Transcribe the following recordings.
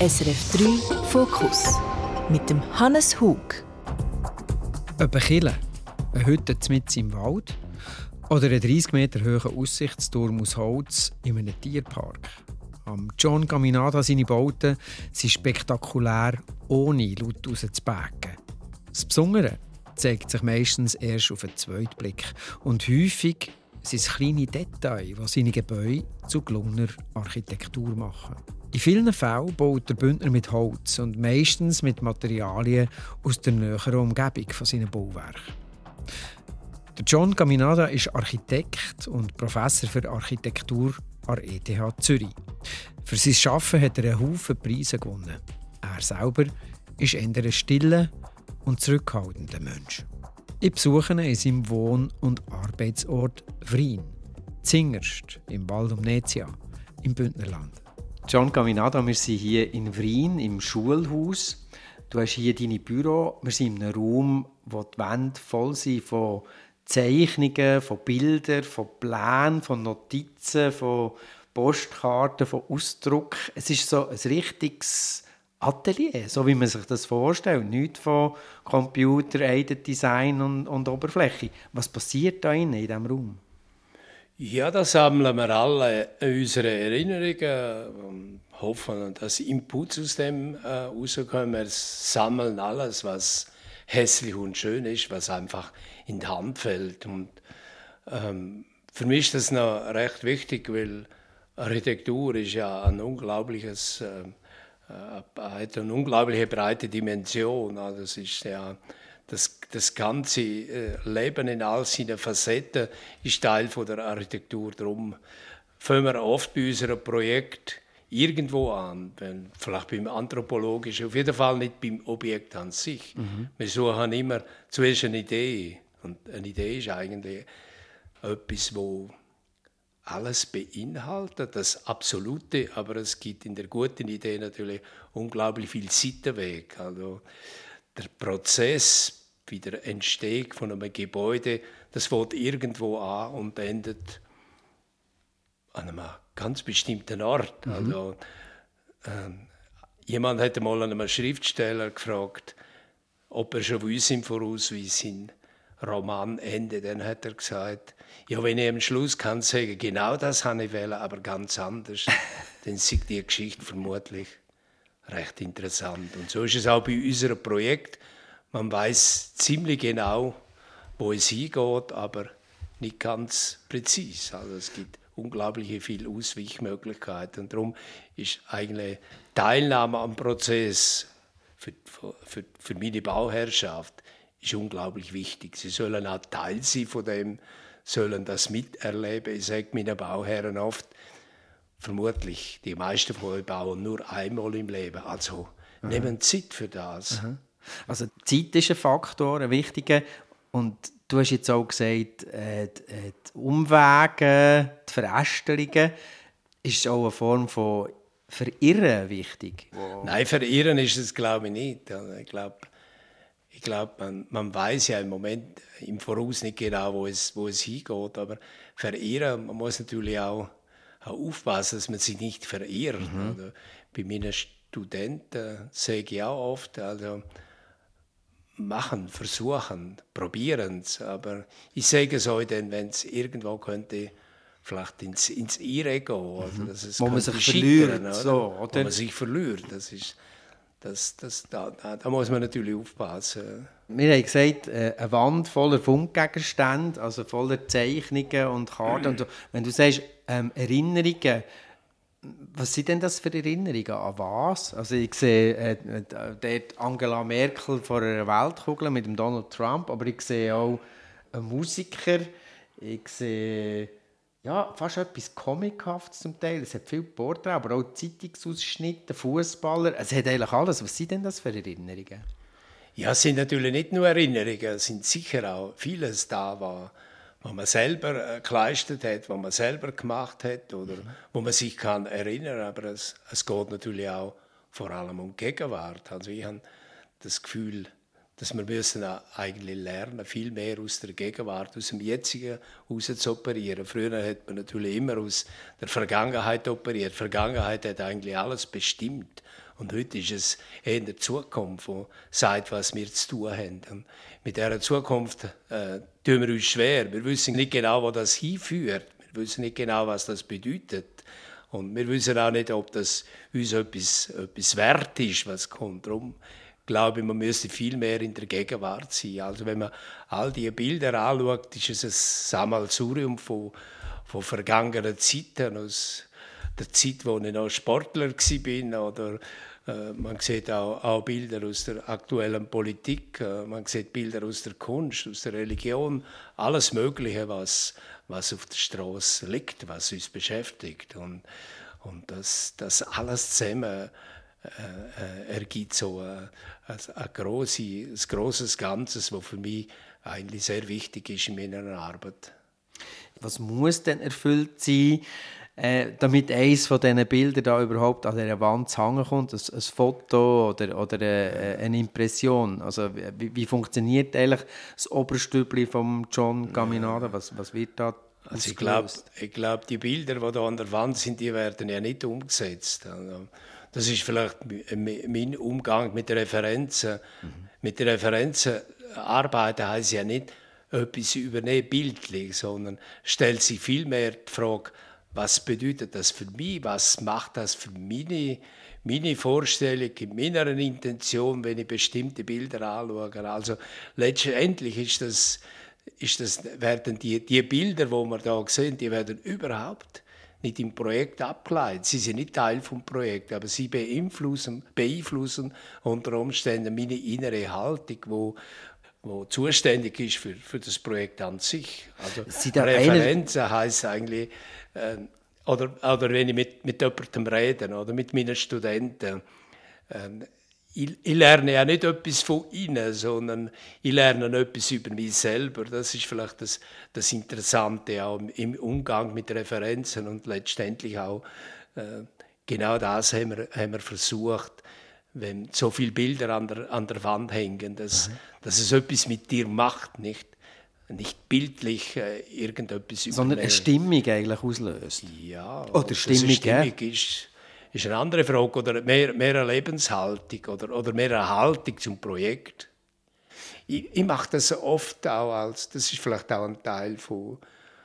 SRF 3 Fokus mit dem Hannes Hug. Ob eine Kille, eine Hütte mitten im Wald oder ein 30 Meter hoher Aussichtsturm aus Holz in einem Tierpark. Am John Caminada seine Bauten sind spektakulär, ohne laut rauszubägen. Das Besondere zeigt sich meistens erst auf den zweiten Blick. Und häufig sind es kleine Details, die seine Gebäude zu gelungener Architektur machen. In vielen Fällen baut der Bündner mit Holz und meistens mit Materialien aus der näheren Umgebung von seinen Bauwerken. Der John Caminada ist Architekt und Professor für Architektur an der ETH Zürich. Für sein Schaffen hat er einen Haufen Preise gewonnen. Er selber ist eher ein stiller und zurückhaltender Mensch. Ich besuche ihn in seinem Wohn- und Arbeitsort Vrien, Zingerst im Val d'Omnetia im Bündnerland. John Caminada, wir sind hier in Vrien im Schulhaus. Du hast hier deine Büro. Wir sind in einem Raum, wo die Wände voll sind von Zeichnungen, von Bildern, von Plänen, von Notizen, von Postkarten, von Ausdruck. Es ist so ein richtiges Atelier, so wie man sich das vorstellt. Nicht von Computer, Aided Design und Oberfläche. Was passiert da in diesem Raum? Ja, da sammeln wir alle unsere Erinnerungen und hoffen, dass Inputs aus dem rauskommen. Wir sammeln alles, was hässlich und schön ist, was einfach in die Hand fällt. Und für mich ist das noch recht wichtig, weil Architektur ist ja ein unglaubliches, hat eine unglaubliche breite Dimension. Also das ist ja das ganze Leben in all seinen Facetten ist Teil von der Architektur. Darum fangen wir oft bei unserem Projekt irgendwo an, vielleicht beim Anthropologischen, auf jeden Fall nicht beim Objekt an sich. Wir suchen immer zuerst eine Idee. Und eine Idee ist eigentlich etwas, wo alles beinhaltet, das Absolute, aber es gibt in der guten Idee natürlich unglaublich viel Seitenweg. Also der Prozess bei der Entstehung von einem Gebäude, das fängt irgendwo an und endet an einem ganz bestimmten Ort. Also, jemand hat mal einem Schriftsteller gefragt, ob er schon wüsste im Voraus, wie sein Roman endet. Dann hat er gesagt, ja, wenn ich am Schluss kann sagen, genau das habe ich wollen, aber ganz anders, dann ist die Geschichte vermutlich recht interessant. Und so ist es auch bei unserem Projekt. Man weiß ziemlich genau, wo es hingeht, aber nicht ganz präzise. Also es gibt unglaublich viele Ausweichmöglichkeiten. Und darum ist eigentlich Teilnahme am Prozess für meine Bauherrschaft ist unglaublich wichtig. Sie sollen auch Teil sein von dem, sollen das miterleben. Ich sage meinen Bauherren oft, vermutlich, die meisten von euch bauen nur einmal im Leben. Also nehmen Zeit für das. Also Zeit ist ein Faktor, ein wichtiger. Und du hast jetzt auch gesagt, die Umwege, die Verästelungen, ist auch eine Form von Verirren wichtig? Wow. Nein, verirren ist es, glaube ich, nicht. Ich glaube, man weiß ja im Moment im Voraus nicht genau, wo es hingeht. Aber verirren, man muss natürlich auch aufpassen, dass man sich nicht verirrt. Also, bei meinen Studenten sage ich auch oft, also machen, versuchen, probieren es. Aber ich sage es euch dann, wenn es irgendwo könnte, vielleicht ins Irre gehen. Also, dass es wo man sich verliert. Oder? So, oder? Wo man sich verliert. Da muss man natürlich aufpassen. Wir haben gesagt, eine Wand voller Fundgegenstände, also voller Zeichnungen und Karten. Und so. Wenn du sagst, Erinnerungen, was sind denn das für Erinnerungen? An was? Also ich sehe dort Angela Merkel vor einer Weltkugel mit dem Donald Trump, aber ich sehe auch einen Musiker, ich sehe fast etwas Comichaftes zum Teil. Es hat viele Porträts, aber auch Zeitungsausschnitte, Fußballer. Es hat eigentlich alles. Was sind denn das für Erinnerungen? Ja, es sind natürlich nicht nur Erinnerungen, es sind sicher auch vieles da, was man selber geleistet hat, was man selber gemacht hat oder wo man sich kann erinnern. Aber es geht natürlich auch vor allem um die Gegenwart. Also ich habe das Gefühl, dass wir müssen eigentlich lernen, viel mehr aus der Gegenwart, aus dem Jetzigen heraus zu operieren. Früher hat man natürlich immer aus der Vergangenheit operiert. Die Vergangenheit hat eigentlich alles bestimmt. Und heute ist es eher in der Zukunft, die sagt, was wir zu tun haben. Und mit dieser Zukunft tun wir uns schwer. Wir wissen nicht genau, wo das hinführt. Wir wissen nicht genau, was das bedeutet. Und wir wissen auch nicht, ob das uns etwas wert ist, was kommt. Darum glaube ich, man müsste viel mehr in der Gegenwart sein. Also wenn man all diese Bilder anschaut, ist es ein Sammelsurium von vergangenen Zeiten, aus der Zeit, wo ich noch Sportler war, oder man sieht auch Bilder aus der aktuellen Politik, man sieht Bilder aus der Kunst, aus der Religion, alles Mögliche, was auf der Straße liegt, was uns beschäftigt. Und das alles zusammen ergibt so ein grosses Ganzes, das für mich eigentlich sehr wichtig ist in meiner Arbeit. Was muss denn erfüllt sein, damit eines von diesen Bildern da überhaupt an dieser Wand zu hängen kommt? Ein Foto oder eine Impression? Also, wie funktioniert eigentlich das Oberstübli von John Caminada? Was wird da also ich glaube, die Bilder, die da an der Wand sind, die werden ja nicht umgesetzt. Also, das ist vielleicht mein Umgang mit Referenzen. Mit Referenzen arbeiten heisst ja nicht etwas übernehmen bildlich, sondern stellt sich vielmehr die Frage, was bedeutet das für mich, was macht das für meine Vorstellung, meiner Intention, wenn ich bestimmte Bilder anschaue. Also letztendlich werden die Bilder, die wir hier sehen, die werden überhaupt nicht im Projekt abgeleitet. Sie sind nicht Teil des Projekts, aber sie beeinflussen unter Umständen meine innere Haltung, wo zuständig ist für das Projekt an sich. Also Referenzen heisst eigentlich, oder wenn ich mit jemandem rede oder mit meinen Studenten, ich lerne ja nicht etwas von ihnen, sondern ich lerne etwas über mich selber. Das ist vielleicht das Interessante auch im Umgang mit Referenzen und letztendlich auch genau das haben wir versucht, wenn so viele Bilder an der Wand hängen, dass es etwas mit dir macht, nicht bildlich irgendetwas übernehmen. Sondern eine Stimmung eigentlich auslöst. Ja, oder Stimmung ist eine andere Frage, oder mehr eine Lebenshaltung oder mehr eine Haltung zum Projekt. Ich mache das oft auch das ist vielleicht auch ein Teil vom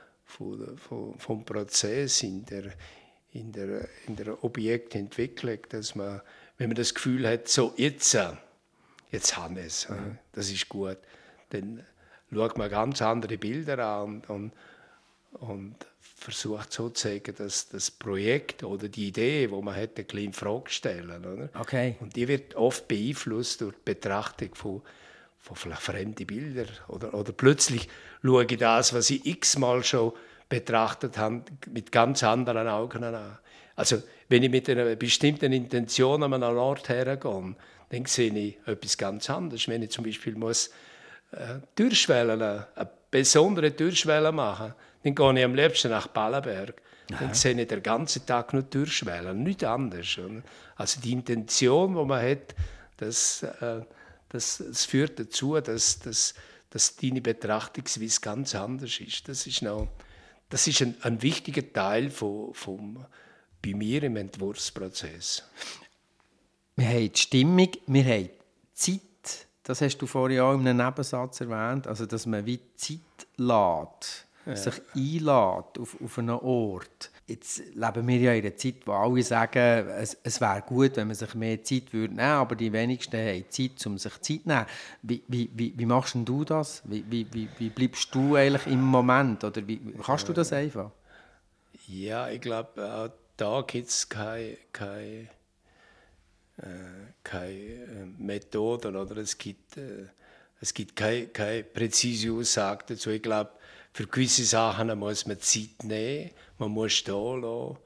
Prozess in der Objektentwicklung, dass man, wenn man das Gefühl hat, so jetzt haben wir es, das ist gut, dann schaut man ganz andere Bilder an und versucht sozusagen, dass das Projekt oder die Idee, die man hat, ein bisschen in Frage stellen. Oder? Okay. Und die wird oft beeinflusst durch die Betrachtung von vielleicht fremden Bildern. Oder plötzlich schaue ich das, was ich x-mal schon betrachtet habe, mit ganz anderen Augen an. Also wenn ich mit einer bestimmten Intention an einen Ort hergehe, dann sehe ich etwas ganz anderes. Wenn ich zum Beispiel Türschwellen, eine besondere Türschwelle machen, dann gehe ich am liebsten nach Ballenberg. Dann sehe ich den ganzen Tag nur Türschwellen, nichts anderes. Also die Intention, die man hat, das führt dazu, dass deine Betrachtungsweise ganz anders ist. Das ist ein wichtiger Teil bei mir im Entwurfsprozess. Wir haben die Stimmung, wir haben die Zeit. Das hast du vorhin auch in einem Nebensatz erwähnt, also dass man wie Zeit lässt, sich einlädt auf einen Ort. Jetzt leben wir ja in einer Zeit, wo alle sagen, es wäre gut, wenn man sich mehr Zeit nehmen würde, aber die wenigsten haben Zeit, um sich Zeit zu nehmen. Wie machst denn du das? Wie bleibst du eigentlich im Moment? Oder kannst du das einfach? Ja, ich glaube, da gibt es keine Methoden oder es gibt keine präzise Aussage dazu. Ich glaube, für gewisse Sachen muss man Zeit nehmen, man muss stehen lassen,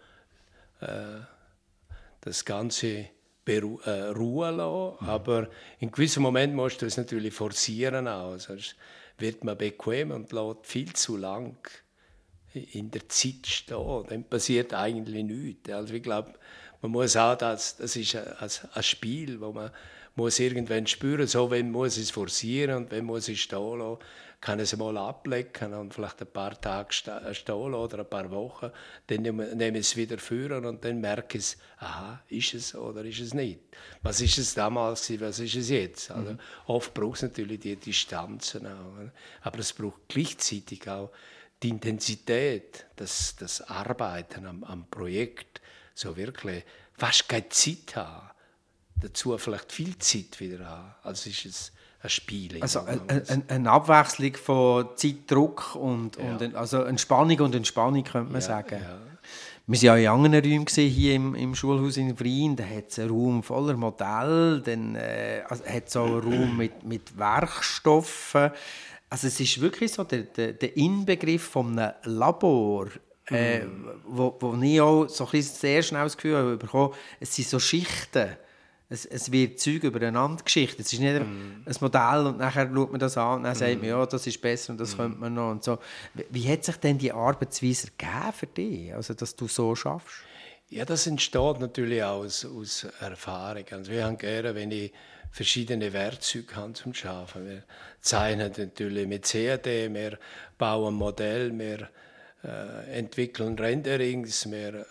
das Ganze ruhen lassen, aber in gewissen Momenten musst du es natürlich forcieren auch, sonst wird man bequem und lässt viel zu lang in der Zeit stehen, dann passiert eigentlich nichts. Also ich glaube, man muss auch, das ist ein Spiel, wo muss irgendwann spüren, so wenn muss es forcieren und wenn muss es stehen lassen. Kann es mal ablecken und vielleicht ein paar Tage stehen lassen oder ein paar Wochen. Dann nehme ich es wieder führen und dann merke ich, aha, ist es oder ist es nicht. Was ist es damals gewesen, was ist es jetzt? Also, oft braucht es natürlich die Distanzen auch. Aber es braucht gleichzeitig auch die Intensität, das Arbeiten am Projekt, so wirklich fast keine Zeit haben. Dazu vielleicht viel Zeit wieder haben. Also ist es ein Spiel. Also eine Abwechslung von Zeitdruck und also Entspannung und Entspannung, könnte man sagen. Ja. Wir waren ja in anderen Räumen hier im Schulhaus in Vrien. Da hat es einen Raum voller Modelle, dann hat es auch einen Raum mit Werkstoffen. Also es ist wirklich so der Inbegriff von einem Labor, wo ich auch so ein bisschen sehr schnell das Gefühl habe bekommen, es sind so Schichten. Es wird Zeug übereinander geschichtet. Es ist nicht ein Modell und nachher schaut man das an und dann sagt man, ja, das ist besser und das könnte man noch. Und so. Wie hat sich denn die Arbeitsweise ergeben für dich, also dass du so schaffst? Ja, das entsteht natürlich auch aus Erfahrung. Also wir haben gerne, wenn ich verschiedene Werkzeuge habe zum Schaffen. Wir zeichnen natürlich mit CAD, wir bauen Modell, wir entwickeln Renderings, wir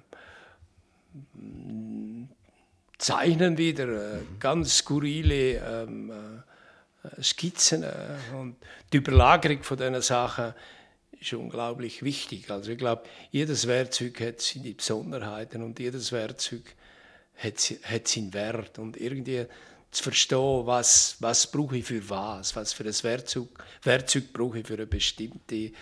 zeichnen wieder ganz skurrile Skizzen und die Überlagerung von diesen Sachen ist unglaublich wichtig. Also ich glaube, jedes Werkzeug hat seine Besonderheiten und jedes Werkzeug hat seinen Wert und irgendwie zu verstehen, was brauche ich für was für ein Werkzeug brauche ich für einen bestimmten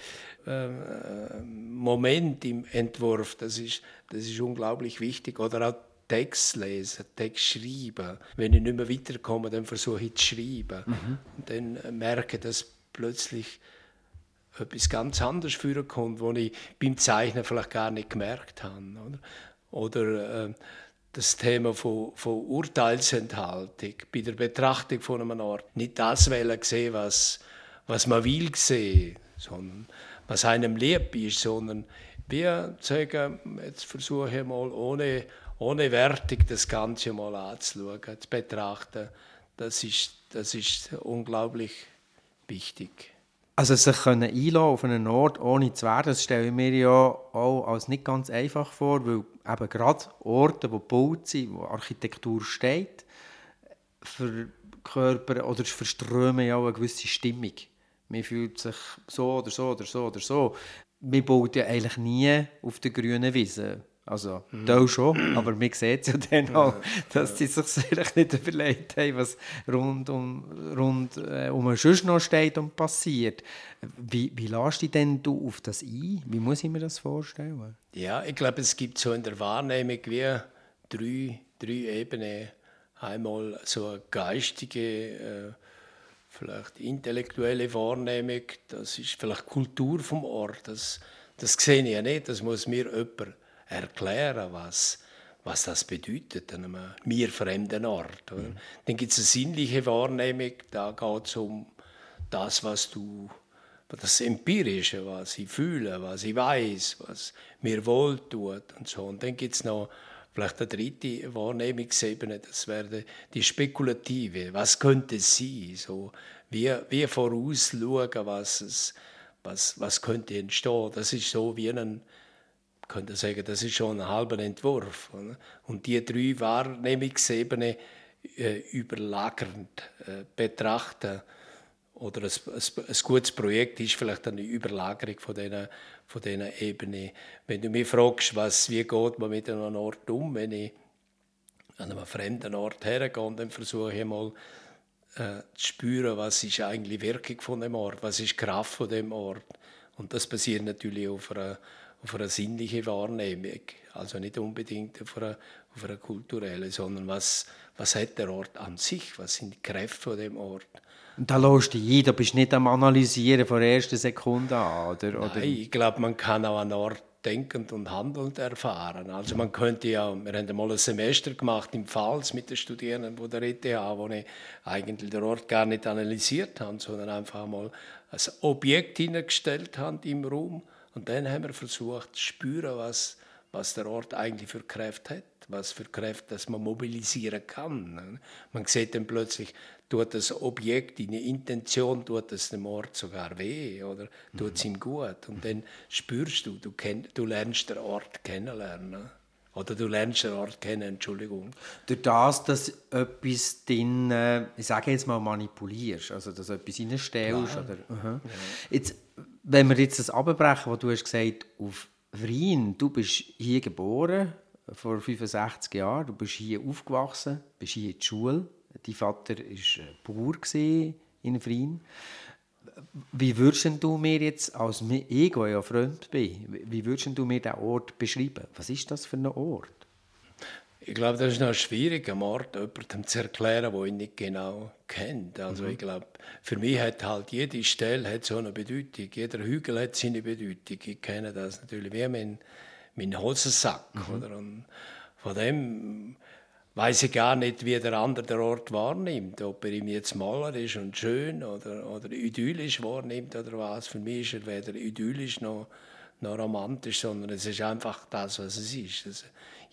Moment im Entwurf, das ist unglaublich wichtig. Oder auch Text lesen, Text schreiben. Wenn ich nicht mehr weiterkomme, dann versuche ich zu schreiben. Und dann merke ich, dass plötzlich etwas ganz anderes vorkommt, was ich beim Zeichnen vielleicht gar nicht gemerkt habe. Oder das Thema von Urteilsenthaltung bei der Betrachtung von einem Ort. Nicht das sehen, was man will sehen, sondern was einem lieb ist, sondern wir sagen, jetzt versuche ich mal ohne Wertung das Ganze mal anzuschauen, zu betrachten. Das ist unglaublich wichtig. Also sich einlassen auf einen Ort, ohne zu werden, das stelle ich mir ja auch als nicht ganz einfach vor, weil eben gerade Orte, die gebaut sind, wo Architektur steht, verkörpern oder verströmen ja auch eine gewisse Stimmung. Man fühlt sich so oder so oder so oder so. Man baut ja eigentlich nie auf der grünen Wiese. Also, da schon, aber man sieht ja dann auch, dass sie sich vielleicht nicht überlegt haben, was rund um einen Schuss noch steht und passiert. Wie lässt dich denn du auf das ein? Wie muss ich mir das vorstellen? Ja, ich glaube, es gibt so in der Wahrnehmung wie drei Ebenen. Einmal so eine geistige, vielleicht intellektuelle Wahrnehmung, das ist vielleicht Kultur vom Ort. Das sehe ich ja nicht, das muss mir jemand erklären, was das bedeutet an einem mir fremden Ort. Oder? Dann gibt es eine sinnliche Wahrnehmung, da geht es um das, das Empirische, was ich fühle, was ich weiß, was mir wohltut und so. Und dann gibt es noch vielleicht eine dritte Wahrnehmungsebene, das wäre die spekulative. Was könnte es sein? So, wie vorausschauen, was könnte entstehen. Das ist so wie könnte sagen, das ist schon ein halber Entwurf. Oder? Und die drei Wahrnehmungsebenen überlagernd betrachten. Oder ein gutes Projekt ist vielleicht eine Überlagerung von diesen Ebenen. Wenn du mich fragst, wie geht man mit einem Ort um, wenn ich an einem fremden Ort hergehe, dann versuche ich mal zu spüren, was ist eigentlich die Wirkung von dem Ort, was ist die Kraft von dem Ort. Und das basiert natürlich auf einer sinnlichen Wahrnehmung, also nicht unbedingt auf einer kulturellen, sondern was hat der Ort an sich, was sind die Kräfte von dem Ort. Und da lässt du dich ein, da bist du nicht am Analysieren von der ersten Sekunde an, oder? Nein, ich glaube, man kann auch an Ort denkend und handelnd erfahren. Also man könnte ja, wir haben mal ein Semester gemacht im Pfalz mit den Studierenden von der ETH, wo ich eigentlich den Ort gar nicht analysiert habe, sondern einfach mal ein Objekt hineingestellt habe im Raum. Und dann haben wir versucht zu spüren, was was der Ort eigentlich für Kräfte hat, was für Kräfte das man mobilisieren kann. Man sieht dann plötzlich, tut das Objekt, deine Intention, tut es dem Ort sogar weh oder tut es ihm gut. Und dann spürst du lernst den Ort kennenlernen. Oder du lernst den Ort kennen, Entschuldigung. Durch das, dass etwas drin, ich sage jetzt mal, manipulierst, also dass du etwas reinstellst. Oder, ja. Jetzt, wenn wir jetzt das abbrechen, was du hast gesagt, auf Wrien, du bist hier geboren, vor 65 Jahren, du bist hier aufgewachsen, bist hier in der Schule, dein Vater war Bauer in Wrien. Wie würdest du mir jetzt, als ich ja fremd bin, wie würdest du mir diesen Ort beschreiben? Was ist das für ein Ort? Ich glaube, das ist noch schwierig, am Ort jemandem zu erklären, der ihn nicht genau kennt. Also ich glaube, für mich hat halt jede Stelle hat so eine Bedeutung. Jeder Hügel hat seine Bedeutung. Ich kenne das natürlich wie mein Hosensack. Oder? Und von dem weiß ich gar nicht, wie der andere den Ort wahrnimmt. Ob er ihm jetzt malerisch und schön oder idyllisch wahrnimmt oder was. Für mich ist er weder idyllisch noch romantisch, sondern es ist einfach das, was es ist. Also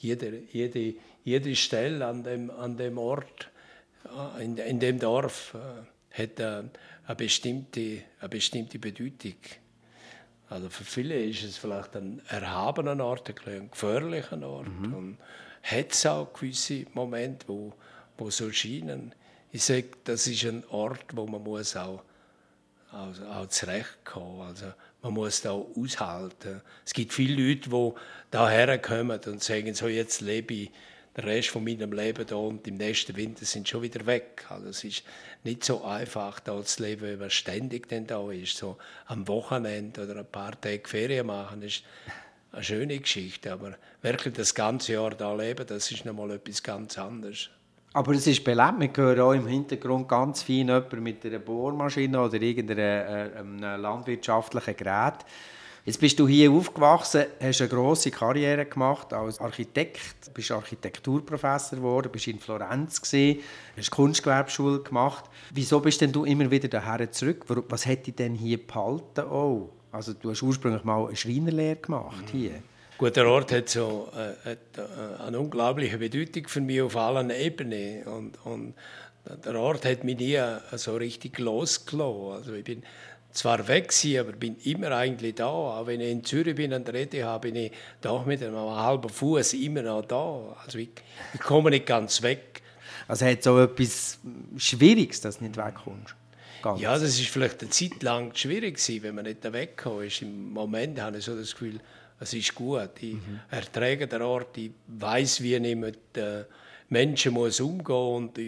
jede Stelle an dem Ort, in dem Dorf, hat eine bestimmte Bedeutung. Also für viele ist es vielleicht ein erhabener Ort, ein gefährlicher Ort. Und hat es auch gewisse Momente, wo so scheinen. Ich sage, das ist ein Ort, wo man muss auch zurechtkommen. Also man muss da aushalten. Es gibt viele Leute, die hierher kommen und sagen, so jetzt lebe ich den Rest von meinem Leben da und im nächsten Winter sind schon wieder weg. Also es ist nicht so einfach, da zu leben, wenn man ständig denn da ist. So am Wochenende oder ein paar Tage Ferien machen, ist eine schöne Geschichte. Aber wirklich das ganze Jahr da leben, das ist nochmal etwas ganz anderes. Aber es ist belebt. Wir hören auch im Hintergrund ganz fein jemanden mit einer Bohrmaschine oder irgendeinem landwirtschaftlichen Gerät. Jetzt bist du hier aufgewachsen, hast eine grosse Karriere gemacht als Architekt, bist Architekturprofessor geworden, bist in Florenz gewesen, hast Kunstgewerbeschule gemacht. Wieso bist denn du immer wieder daher zurück? Was hat dich denn hier behalten? Oh, also du hast ursprünglich mal eine Schreinerlehre gemacht hier. Gut, der Ort hat eine unglaubliche Bedeutung für mich auf allen Ebenen. Und der Ort hat mich nie so richtig losgelassen. Also ich bin zwar weg gewesen, aber bin immer eigentlich da. Auch wenn ich in Zürich bin an der ETH, bin ich doch mit einem halben Fuß immer noch da. Also ich komme nicht ganz weg. Also hat es auch etwas Schwieriges, dass du nicht wegkommst? Ganz. Ja, das ist vielleicht eine Zeit lang schwierig gewesen, wenn man nicht da weggekommen ist. Im Moment habe ich so das Gefühl, es ist gut. Ich erträge den Ort, ich weiss, wie ich mit Menschen muss umgehen muss und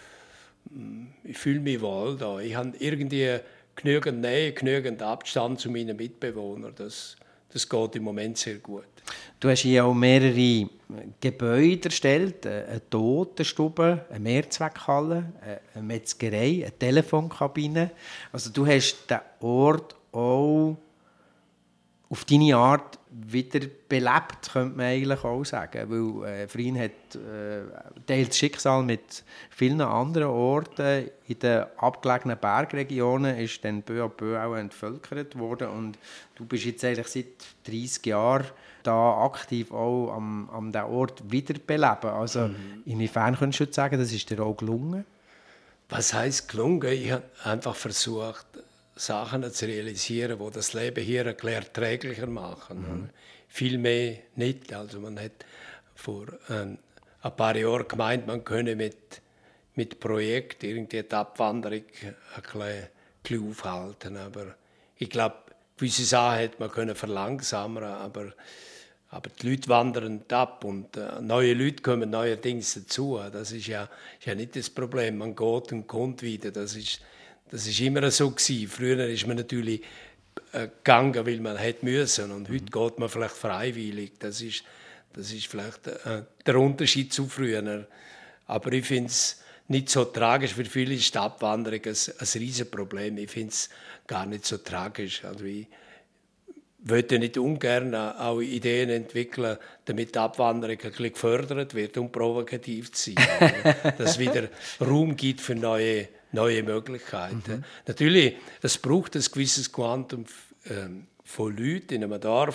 ich fühle mich wohl da. Ich habe irgendwie genügend Nähe, genügend Abstand zu meinen Mitbewohnern. Das geht im Moment sehr gut. Du hast hier auch mehrere Gebäude erstellt, eine Totenstube, eine Mehrzweckhalle, eine Metzgerei, eine Telefonkabine. Also du hast den Ort auch auf deine Art wieder belebt, könnte man eigentlich auch sagen. Weil Wrien hat teilt das Schicksal mit vielen anderen Orten. In den abgelegenen Bergregionen ist dann peu à peu auch entvölkert worden. Und du bist jetzt eigentlich seit 30 Jahren da aktiv auch am diesen Ort wiederbeleben. Also inwiefern könntest du jetzt sagen, das ist dir auch gelungen? Was heisst gelungen? Ich habe einfach versucht, Sachen zu realisieren, die das Leben hier erträglicher machen. Viel mehr nicht. Also man hat vor ein paar Jahren gemeint, man könne mit Projekt irgendwie die Abwanderung ein bisschen aufhalten. Aber ich glaube, gewisse Sachen hätte man können verlangsamen, aber die Leute wandern ab und neue Leute kommen neuerdings dazu. Das ist ja nicht das Problem. Man geht und kommt wieder. Das ist immer so gewesen. Früher ist man natürlich gegangen, weil man hätte müssen. Und heute geht man vielleicht freiwillig. Das ist vielleicht der Unterschied zu früher. Aber ich finde es nicht so tragisch. Für viele ist die Abwanderung ein Riesenproblem. Ich finde es gar nicht so tragisch. Also ich würde nicht ungern auch Ideen entwickeln, damit die Abwanderung ein bisschen gefördert wird, um provokativ zu sein. Dass es wieder Raum gibt für neue Möglichkeiten. Natürlich, es braucht ein gewisses Quantum von Leuten in einem Dorf,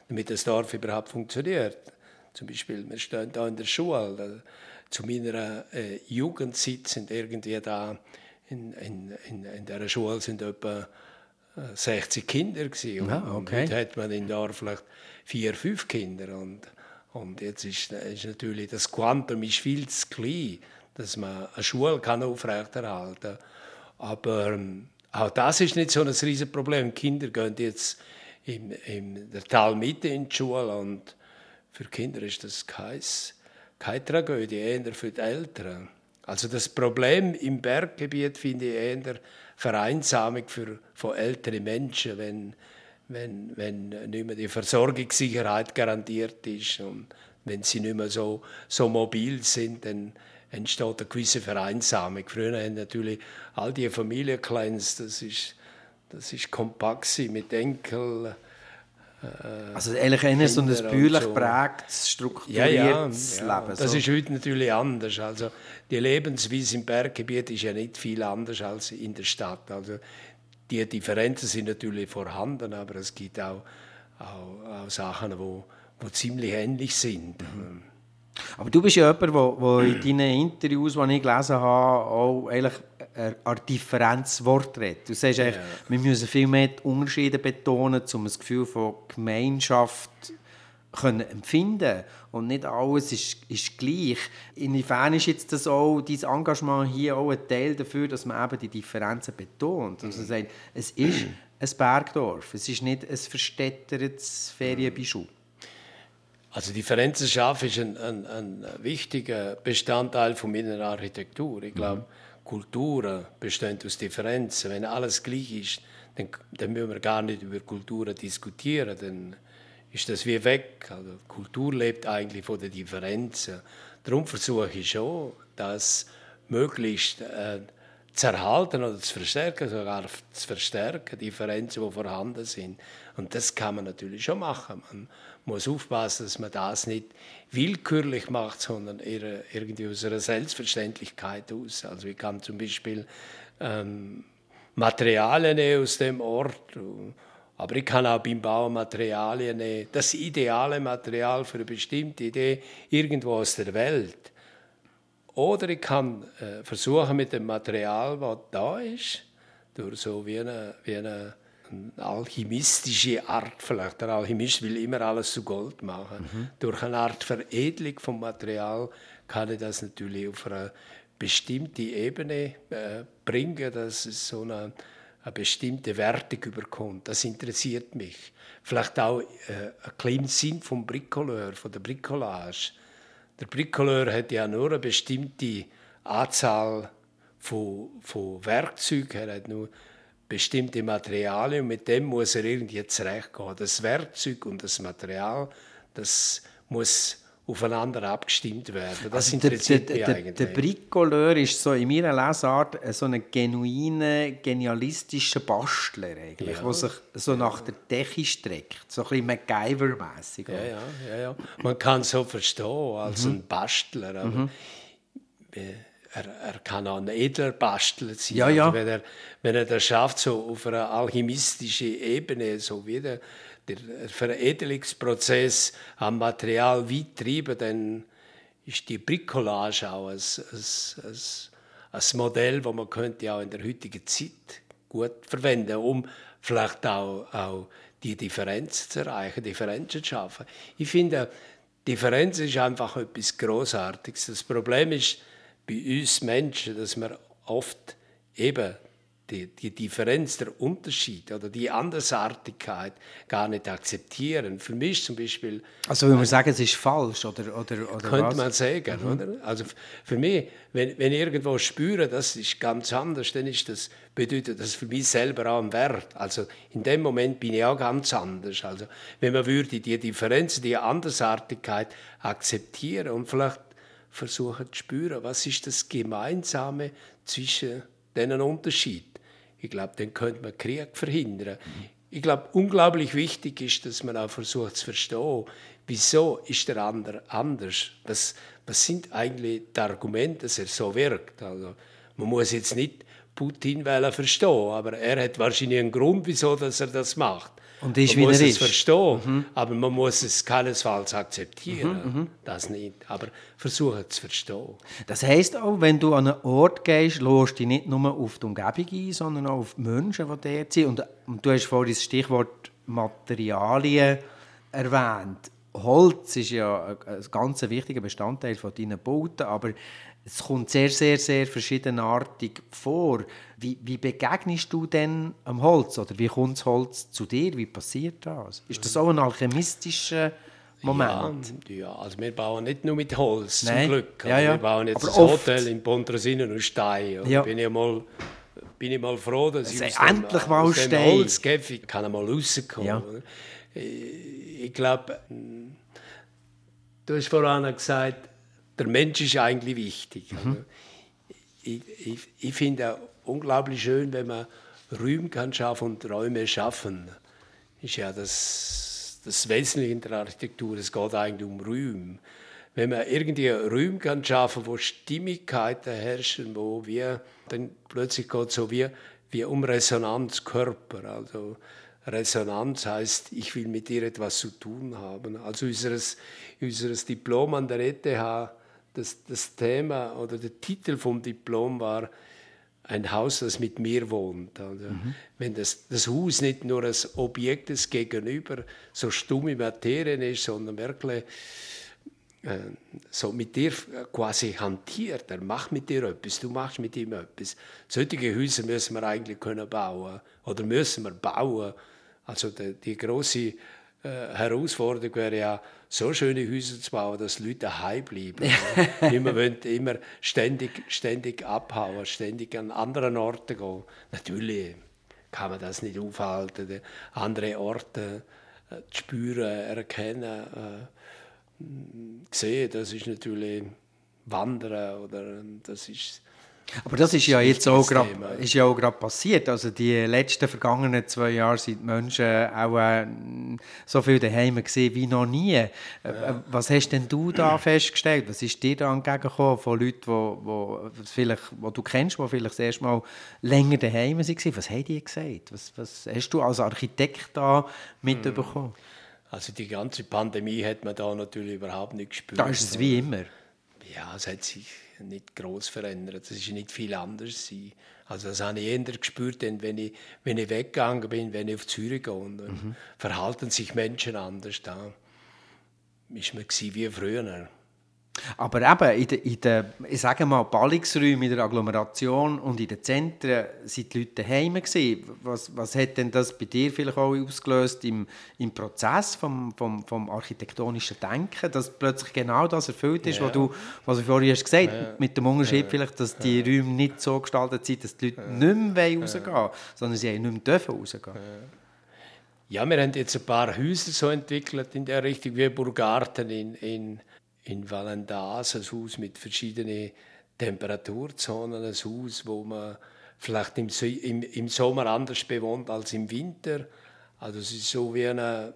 damit das Dorf überhaupt funktioniert. Zum Beispiel, wir stehen da in der Schule. Zu meiner Jugendzeit sind irgendwie da in dieser Schule sind etwa 60 Kinder gewesen. Und heute hat man im Dorf vielleicht 4, 5 Kinder. Und jetzt ist natürlich das Quantum ist viel zu klein, dass man eine Schule kann aufrechterhalten kann. Aber auch das ist nicht so ein riesiges Problem. Kinder gehen jetzt in der Talmitte in die Schule und für Kinder ist das keine Tragödie, eher für die Eltern. Also das Problem im Berggebiet finde ich eher Vereinsamung von älteren Menschen, wenn nicht mehr die Versorgungssicherheit garantiert ist und wenn sie nicht mehr so mobil sind, dann entsteht eine gewisse Vereinsamung. Früher haben natürlich all die Familienclans, das ist kompakt mit Enkel. Also eigentlich eher so ein bäuerlich geprägtes, strukturiertes Leben. Das ist heute natürlich anders. Also die Lebensweise im Berggebiet ist ja nicht viel anders als in der Stadt. Also die Differenzen sind natürlich vorhanden, aber es gibt auch Sachen, die ziemlich ähnlich sind. Aber du bist ja jemand, der in deinen Interviews, die ich gelesen habe, auch eigentlich an Differenzwort redet. Du sagst eigentlich, wir müssen viel mehr die Unterschiede betonen, um ein Gefühl von Gemeinschaft können empfinden. Und nicht alles ist gleich. Inwiefern ist jetzt das auch, dein Engagement hier auch ein Teil dafür, dass man eben die Differenzen betont? Also sagt, es ist ein Bergdorf, es ist nicht ein verstädtertes Ferienbeischau. Also Differenzen schaffen ist ein wichtiger Bestandteil von meiner Architektur. Ich glaube, Kulturen bestehen aus Differenzen. Wenn alles gleich ist, dann müssen wir gar nicht über Kulturen diskutieren. Dann ist das wie weg. Also Kultur lebt eigentlich von den Differenzen. Darum versuche ich schon, das möglichst zu erhalten oder zu verstärken, sogar zu verstärken, Differenzen, die vorhanden sind. Und das kann man natürlich schon machen. Man muss aufpassen, dass man das nicht willkürlich macht, sondern eher irgendwie aus einer Selbstverständlichkeit aus. Also ich kann zum Beispiel Materialien nehmen aus dem Ort, aber ich kann auch beim Bau Materialien nehmen, das ideale Material für eine bestimmte Idee irgendwo aus der Welt. Oder ich kann versuchen, mit dem Material, das da ist, durch so wie eine alchemistische Art, vielleicht der Alchemist will immer alles zu Gold machen, durch eine Art Veredelung vom Material kann ich das natürlich auf eine bestimmte Ebene bringen, dass es so eine bestimmte Wertung überkommt. Das interessiert mich. Vielleicht auch ein kleiner Sinn vom Bricoleur, von der Bricolage. Der Bricoleur hat ja nur eine bestimmte Anzahl von Werkzeugen. Er hat nur bestimmte Materialien und mit dem muss er irgendwie zurechtgehen. Das Werkzeug und das Material, das muss aufeinander abgestimmt werden. Das interessiert mich eigentlich. Der Bricoleur ist so in meiner Lesart so ein genuiner, genialistischer Bastler, eigentlich, der sich so nach der Decke streckt. So ein bisschen MacGyver-mässig. Ja. Man kann es so verstehen als ein Bastler. Aber er kann auch ein edler Bastler sein. Ja. Also wenn er das schafft, so auf einer alchemistischen Ebene, so wie der Veredelungsprozess am Material weit treiben, dann ist die Bricolage auch ein Modell, das man könnte auch in der heutigen Zeit gut verwenden, um vielleicht auch die Differenz zu erreichen, Differenzen zu schaffen. Ich finde, Differenz ist einfach etwas Grossartiges. Das Problem ist bei uns Menschen, dass wir oft eben die Differenz, der Unterschied oder die Andersartigkeit gar nicht akzeptieren. Für mich zum Beispiel... Also will man sagen, es ist falsch, oder könnte was? man sagen, oder? Also für mich, wenn ich irgendwo spüre, das ist ganz anders, dann bedeutet das für mich selber auch einen Wert. Also in dem Moment bin ich auch ganz anders. Also wenn man würde die Differenz, die Andersartigkeit akzeptieren und vielleicht versuchen zu spüren, was ist das Gemeinsame zwischen diesen Unterschieden. Ich glaube, dann könnte man Krieg verhindern. Ich glaube, unglaublich wichtig ist, dass man auch versucht zu verstehen, wieso ist der andere anders? Was sind eigentlich die Argumente, dass er so wirkt? Also, man muss jetzt nicht Putin verstehen. Aber er hat wahrscheinlich einen Grund, wieso dass er das macht. Und ist, man wie muss er es ist. verstehen, aber man muss es keinesfalls akzeptieren. Das nicht. Aber versuchen zu verstehen. Das heisst auch, wenn du an einen Ort gehst, lässt du dich nicht nur auf die Umgebung ein, sondern auch auf die Menschen, die dort sind. Und du hast vorhin das Stichwort Materialien erwähnt. Holz ist ja ein ganz wichtiger Bestandteil von deinen Bauten, aber es kommt sehr, sehr, sehr verschiedenartig vor. Wie begegnest du denn am Holz? Oder wie kommt das Holz zu dir? Wie passiert das? Ist das auch ein alchemistischer Moment? Ja, also wir bauen nicht nur mit Holz, Nein. zum Glück. Ja, ja. Wir bauen jetzt Aber ein oft. Hotel in Pontresina aus Stein. Ja. Bin ich mal froh, dass ich endlich mal aus dem Stein. Holzkäfig kann mal rauskommen. Ja. Ich glaube, du hast vorhin gesagt, der Mensch ist eigentlich wichtig. Ich finde auch unglaublich schön, wenn man Räume kann schaffen und Räume schaffen. Ist ja das Wesentliche in der Architektur. Es geht eigentlich um Räume. Wenn man irgendwie Räume kann schaffen, wo Stimmigkeiten herrschen, wo wir dann plötzlich geht es so wie um Resonanzkörper. Also Resonanz heißt, ich will mit dir etwas zu tun haben. Also unseres Diplom an der ETH, das Thema oder der Titel vom Diplom war ein Haus, das mit mir wohnt. Also, wenn das Haus nicht nur ein Objekt des Gegenüber, so stumme Materie ist, sondern wirklich so mit dir quasi hantiert. Er macht mit dir etwas, du machst mit ihm etwas. Solche Häuser müssen wir eigentlich können bauen oder müssen wir bauen. Also die grosse Herausforderung wäre ja, so schöne Häuser zu bauen, dass Leute daheim bleiben. immer ständig abhauen, ständig an anderen Orten gehen. Natürlich kann man das nicht aufhalten, andere Orte spüren, erkennen, sehen. Das ist natürlich Wandern oder das ist. Aber das ist ja jetzt auch Thema. gerade passiert. Also die letzten vergangenen 2 Jahre sind die Menschen auch so viel daheim gewesen wie noch nie. Was hast denn du da festgestellt? Was ist dir da entgegengekommen von Leuten, die du kennst, die vielleicht das erste Mal länger daheim waren? Was haben die gesagt? Was hast du als Architekt da mitbekommen? Also die ganze Pandemie hat man da natürlich überhaupt nicht gespürt. Da ist es wie immer. Ja, es hat sich nicht gross verändert. Es ist nicht viel anders. Also das habe ich eher gespürt, denn wenn ich weggegangen bin, wenn ich auf Zürich gehe, dann verhalten sich Menschen anders. Da ist man wie früher. Aber eben, in den ich sage mal, Ballungsräumen, in der Agglomeration und in den Zentren sind die Leute daheim gewesen. Was hat denn das bei dir vielleicht auch ausgelöst im Prozess vom architektonischen Denken, dass plötzlich genau das erfüllt ist, was du vorhin hast gesagt, mit dem Unterschied vielleicht, dass die Räume nicht so gestaltet sind, dass die Leute nicht mehr rausgehen wollen, sondern sie nicht mehr dürfen rausgehen. Ja, wir haben jetzt ein paar Häuser so entwickelt in der Richtung wie Burgarten in Valendas, ein Haus mit verschiedenen Temperaturzonen, ein Haus, wo man vielleicht im Sommer anders bewohnt als im Winter. Also es ist so wie eine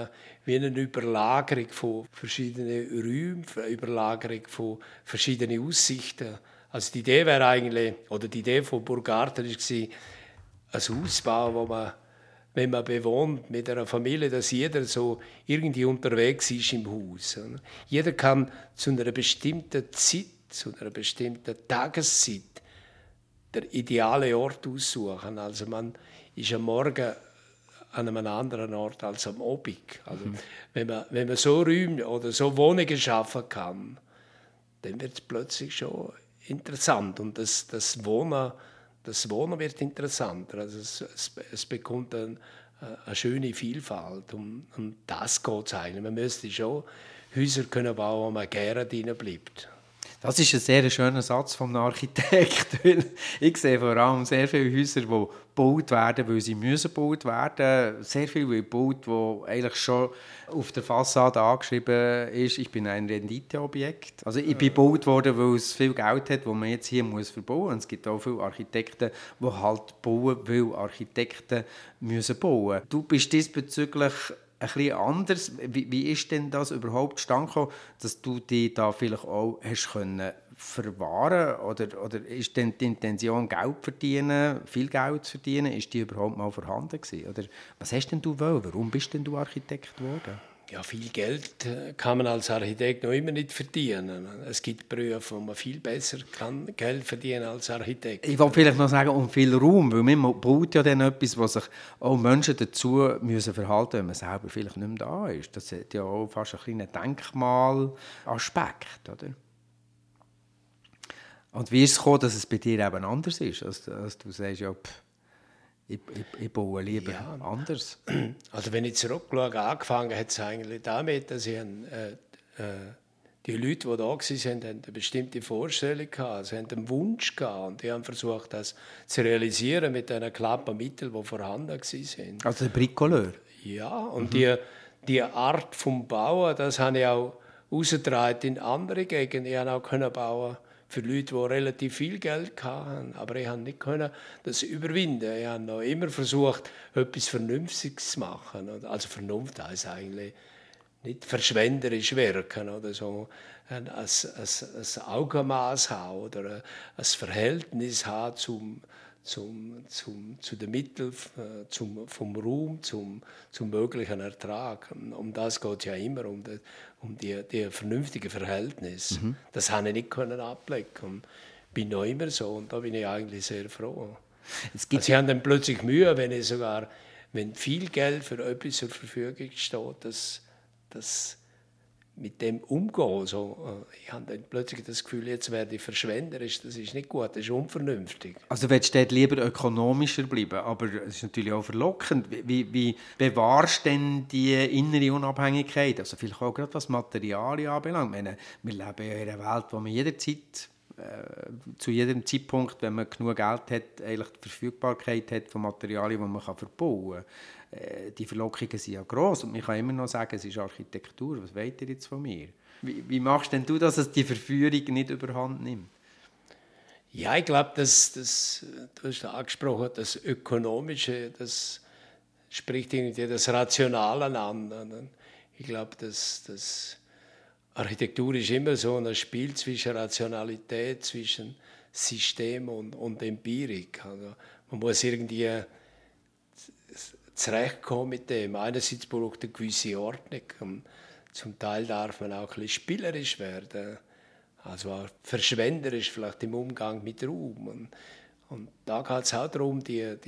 Überlagerung von verschiedenen Räumen, eine Überlagerung von verschiedenen Aussichten. Also die Idee wäre eigentlich, oder die Idee von Burgarten war, ein Haus bauen, wo man, wenn man bewohnt mit einer Familie, dass jeder so irgendwie unterwegs ist im Haus. Jeder kann zu einer bestimmten Zeit, zu einer bestimmten Tageszeit der ideale Ort aussuchen. Also man ist am Morgen an einem anderen Ort als am Abend. Also wenn man so Räume oder so Wohnungen schaffen kann, dann wird es plötzlich schon interessant. Und das Wohnen wird interessanter. Also es bekommt eine schöne Vielfalt. Und das geht es eigentlich. Man müsste schon Häuser können bauen, wo man gerne drin bleibt. Das ist ein sehr schöner Satz vom Architekt. Ich sehe vor allem sehr viele Häuser, die gebaut werden, weil sie gebaut werden müssen. Sehr viel gebaut, wo eigentlich schon auf der Fassade angeschrieben ist, ich bin ein Renditeobjekt. Also ich bin gebaut worden, weil es viel Geld hat, das man jetzt hier verbauen muss. Und es gibt auch viele Architekten, die halt bauen, weil Architekten müssen bauen. Du bist diesbezüglich ein bisschen anders. Wie ist denn das überhaupt zustande gekommen, dass du dich da vielleicht auch hast können verwahren? Oder ist denn die Intention, Geld zu verdienen, viel Geld zu verdienen, ist die überhaupt mal vorhanden gewesen? Oder was hast denn du wollen? Warum bist denn du Architekt geworden? Ja, viel Geld kann man als Architekt noch immer nicht verdienen. Es gibt Berufe, wo man viel besser kann Geld verdienen als Architekt. Ich wollte vielleicht noch sagen, um viel Raum, weil man braucht ja dann etwas, wo sich auch Menschen dazu müssen verhalten, wenn man selber vielleicht nicht mehr da ist. Das hat ja auch fast ein kleiner Denkmalaspekt, oder? Und wie ist es gekommen, dass es bei dir eben anders ist, als du sagst, ja, ich baue lieber anders? Also wenn ich zurückschaue, angefangen hat es eigentlich damit, dass ich die Leute, die da waren, haben eine bestimmte Vorstellung gehabt, sie haben einen Wunsch gehabt und die haben versucht, das zu realisieren mit den knappen Mitteln, die vorhanden waren. Also der Bricoleur? Ja, und die Art vom Bauen, das habe ich auch ausgetragen in andere Gegenden. Ich konnte auch bauen für Leute, die relativ viel Geld hatten. Aber ich konnte nicht das überwinden. Ich habe noch immer versucht, etwas Vernünftiges zu machen. Also Vernunft heisst eigentlich nicht verschwenderisch wirken oder so. Ein Augenmaß haben oder ein Verhältnis haben zu den Mitteln, vom Raum, zum möglichen Ertrag. Um das geht es ja immer, um die vernünftige Verhältnis. Das habe ich nicht ablecken. Und bin noch immer so und da bin ich eigentlich sehr froh. Sie haben dann plötzlich Mühe, wenn viel Geld für etwas zur Verfügung steht, das mit dem umgehen. So, ich habe dann plötzlich das Gefühl, jetzt werde ich verschwenderisch. Das ist nicht gut, das ist unvernünftig. Also du willst dort lieber ökonomischer bleiben, aber es ist natürlich auch verlockend. Wie bewahrst du denn die innere Unabhängigkeit? Also vielleicht auch gerade was Materialien anbelangt. Wir leben ja in einer Welt, wo man jederzeit, zu jedem Zeitpunkt, wenn man genug Geld hat, eigentlich die Verfügbarkeit hat von Materialien, die man verbauen kann. Die Verlockungen sind ja gross und man kann immer noch sagen, es ist Architektur. Was wollt ihr jetzt von mir? Wie machst denn du, dass es die Verführung nicht überhand nimmt? Ja, ich glaube, du hast angesprochen, das Ökonomische, das spricht irgendwie das Rationale an. Ich glaube, das Architektur ist immer so ein Spiel zwischen Rationalität, zwischen System und Empirik. Also man muss irgendwie zurechtkommen mit dem. Einerseits braucht eine gewisse Ordnung. Und zum Teil darf man auch ein bisschen spielerisch werden. Also auch verschwenderisch vielleicht im Umgang mit Raum. Und da geht es auch darum,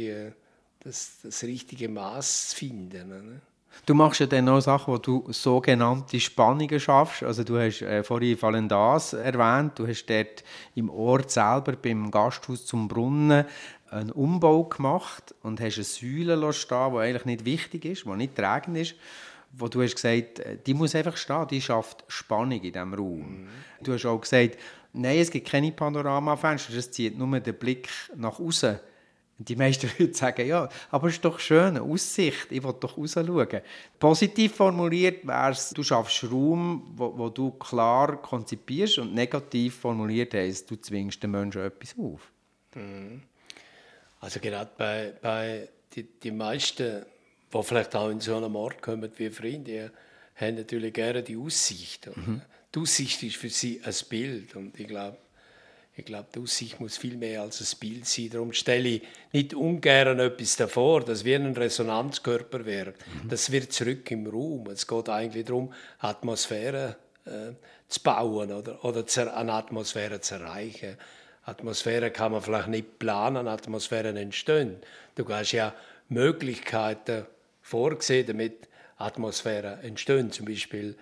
das richtige Maß zu finden. Ne? Du machst ja dann auch Sachen, wo du sogenannte Spannungen schaffst. Also du hast vorhin Valendas erwähnt. Du hast dort im Ort selber beim Gasthaus zum Brunnen einen Umbau gemacht und hast eine Säule stehen, die eigentlich nicht wichtig ist, die nicht tragend ist, wo du hast gesagt, die muss einfach stehen, die schafft Spannung in diesem Raum. Du hast auch gesagt, nein, es gibt keine Panoramafenster, das zieht nur den Blick nach außen. Die meisten Leute sagen, ja, aber es ist doch schön, eine Aussicht, ich will doch raus schauen. Positiv formuliert wäre es, du schaffst Raum, wo du klar konzipierst, und negativ formuliert heisst, du zwingst den Menschen etwas auf. Also gerade bei die meisten, die vielleicht auch in so einem Ort kommen wie Freunde, haben natürlich gerne die Aussicht. Die Aussicht ist für sie ein Bild und ich glaube, die Aussicht muss viel mehr als ein Bild sein. Darum stelle ich nicht ungern etwas davor, das wie ein Resonanzkörper wird. Das wird zurück im Raum. Es geht eigentlich darum, Atmosphäre zu bauen oder eine Atmosphäre zu erreichen. Atmosphäre kann man vielleicht nicht planen, Atmosphären entstehen. Du hast ja Möglichkeiten vorgesehen, damit Atmosphären entstehen, zum Beispiel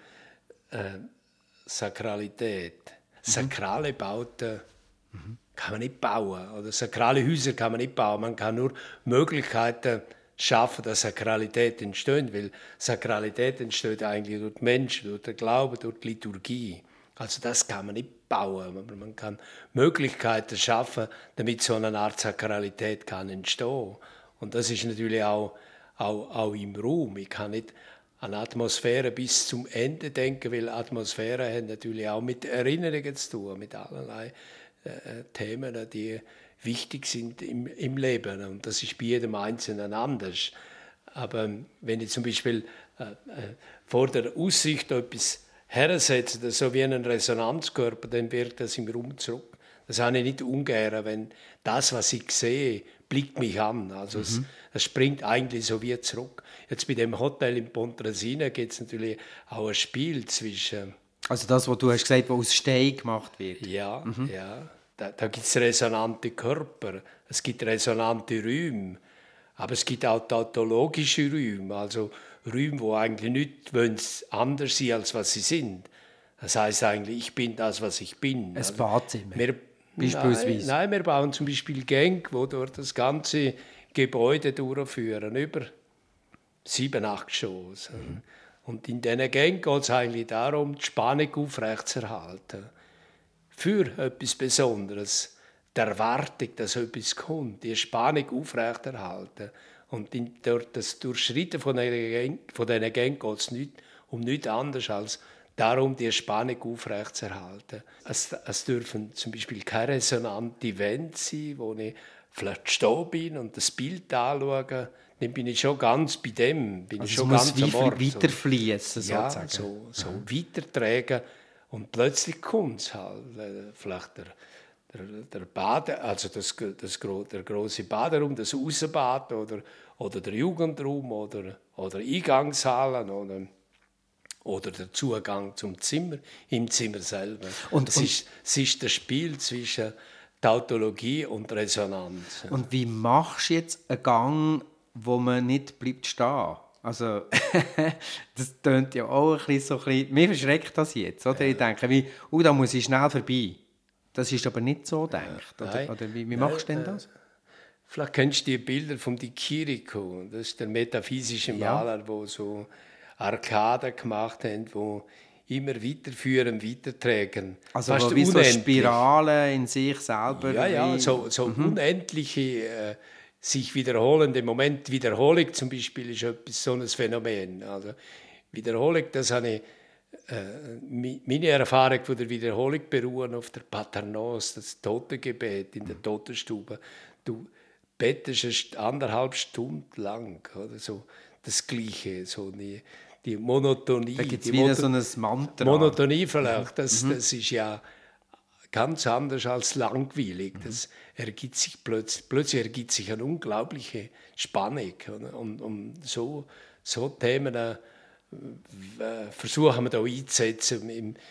Sakralität. Sakrale Bauten kann man nicht bauen, oder sakrale Häuser kann man nicht bauen. Man kann nur Möglichkeiten schaffen, dass Sakralität entsteht, weil Sakralität entsteht eigentlich durch die Menschen, durch den Glauben, durch die Liturgie. Also das kann man nicht bauen, aber man kann Möglichkeiten schaffen, damit so eine Art Sakralität kann entstehen. Und das ist natürlich auch im Raum. Ich kann nicht an Atmosphäre bis zum Ende denken, weil Atmosphäre hat natürlich auch mit Erinnerungen zu tun, mit allerlei Themen, die wichtig sind im Leben. Und das ist bei jedem Einzelnen anders. Aber wenn ich zum Beispiel vor der Aussicht etwas hersetzen, so wie einen Resonanzkörper, dann wirkt das im Raum zurück. Das habe ich nicht ungern, wenn das, was ich sehe, blickt mich an. Also es springt eigentlich so wie zurück. Jetzt bei dem Hotel in Pontresina gibt es natürlich auch ein Spiel zwischen... Also das, was du hast gesagt, was aus Stein gemacht wird. Ja, ja. Da gibt es resonante Körper, es gibt resonante Räume, aber es gibt auch tautologische Räume, also Räume, die eigentlich nicht anders sind, als was sie sind. Das heisst eigentlich, ich bin das, was ich bin. Ein Badzimmer, beispielsweise. Nein, wir bauen zum Beispiel Gänge, die durch das ganze Gebäude durchführen, über 7, 8 Geschosse. Und in diesen Gängen geht es eigentlich darum, die Spannung aufrechtzuerhalten. Für etwas Besonderes, die Erwartung, dass etwas kommt, die Spannung aufrechterhalten. Und durch das Durchschreiten von diesen Gängen geht es um nichts anderes als darum, die Spannung aufrechtzuerhalten. Es dürfen zum Beispiel keine resonante Wände sein, wo ich vielleicht stehen bin und das Bild anschaue. Dann bin ich schon ganz bei dem. Bin ich schon ganz am Ort. Weiterfließen, sozusagen. Ja, so weitertragen. Und plötzlich kommt es halt. Vielleicht der große Baderaum, das Aussenbad oder der Jugendraum oder Eingangshallen oder der Zugang zum Zimmer, im Zimmer selber. Es ist das Spiel zwischen Tautologie und Resonanz. Und wie machst du jetzt einen Gang, wo man nicht bleibt stehen? Also, das tönt ja auch ein bisschen, mir verschreckt das jetzt. Oder? Ich denke, da muss ich schnell vorbei. Das ist aber nicht so gedacht. Oder wie machst du denn das? Vielleicht kennst du die Bilder von Di Chirico. Das ist der metaphysische Maler, der so Arkaden gemacht hat, die immer weiterführen, weitertragen. Also wie so Spiralen in sich selber. Ja, so unendliche... sich wiederholende Moment. Wiederholung zum Beispiel ist etwas, so ein Phänomen. Also Wiederholung, das habe ich, meine Erfahrung von der Wiederholung beruhen auf der Paternose, das Totengebet in der Totenstube. Du bettest 1,5 Stunden lang, oder so das Gleiche, so die Monotonie. Da gibt es wieder so ein Mantra. Monotonie vielleicht, das ist ja ganz anders als langweilig. Das ergibt sich plötzlich ergibt sich eine unglaubliche Spannung. Und so Themen versuchen wir da einzusetzen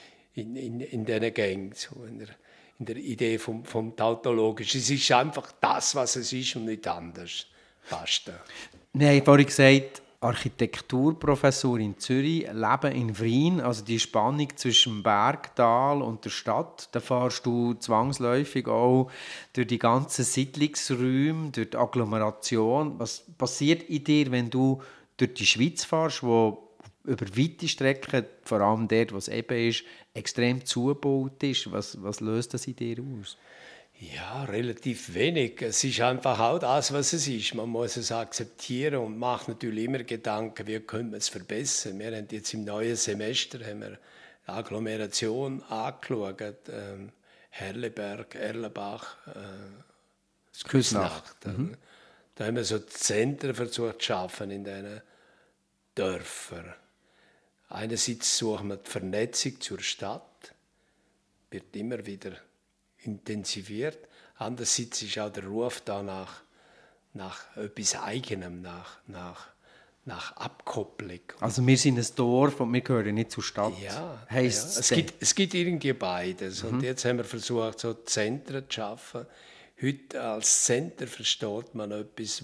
in diesen Gängen, so in der Idee vom Tautologischen. Es ist einfach das, was es ist und nicht anders. Basta. Wir haben vorhin gesagt, Architekturprofessor in Zürich, Leben in Wien, also die Spannung zwischen dem Bergtal und der Stadt. Da fährst du zwangsläufig auch durch die ganzen Siedlungsräume, durch die Agglomeration. Was passiert in dir, wenn du durch die Schweiz fährst, wo über weite Strecken, vor allem dort, wo es eben ist, extrem zugebaut ist? Was löst das in dir aus? Ja, relativ wenig. Es ist einfach auch das, was es ist. Man muss es akzeptieren und macht natürlich immer Gedanken, wie können wir es verbessern. Wir haben jetzt im neuen Semester die Agglomeration angeschaut, Herleberg, Erlenbach, Küsnacht. Da haben wir so Zentren versucht zu schaffen in diesen Dörfern. Einerseits suchen wir die Vernetzung zur Stadt, wird immer wieder intensiviert. Andererseits ist auch der Ruf da nach etwas Eigenem, nach Abkopplung. Also wir sind ein Dorf und wir gehören nicht zur Stadt. Ja, es gibt irgendwie beides. Und jetzt haben wir versucht, so Zentren zu schaffen. Heute als Center versteht man etwas,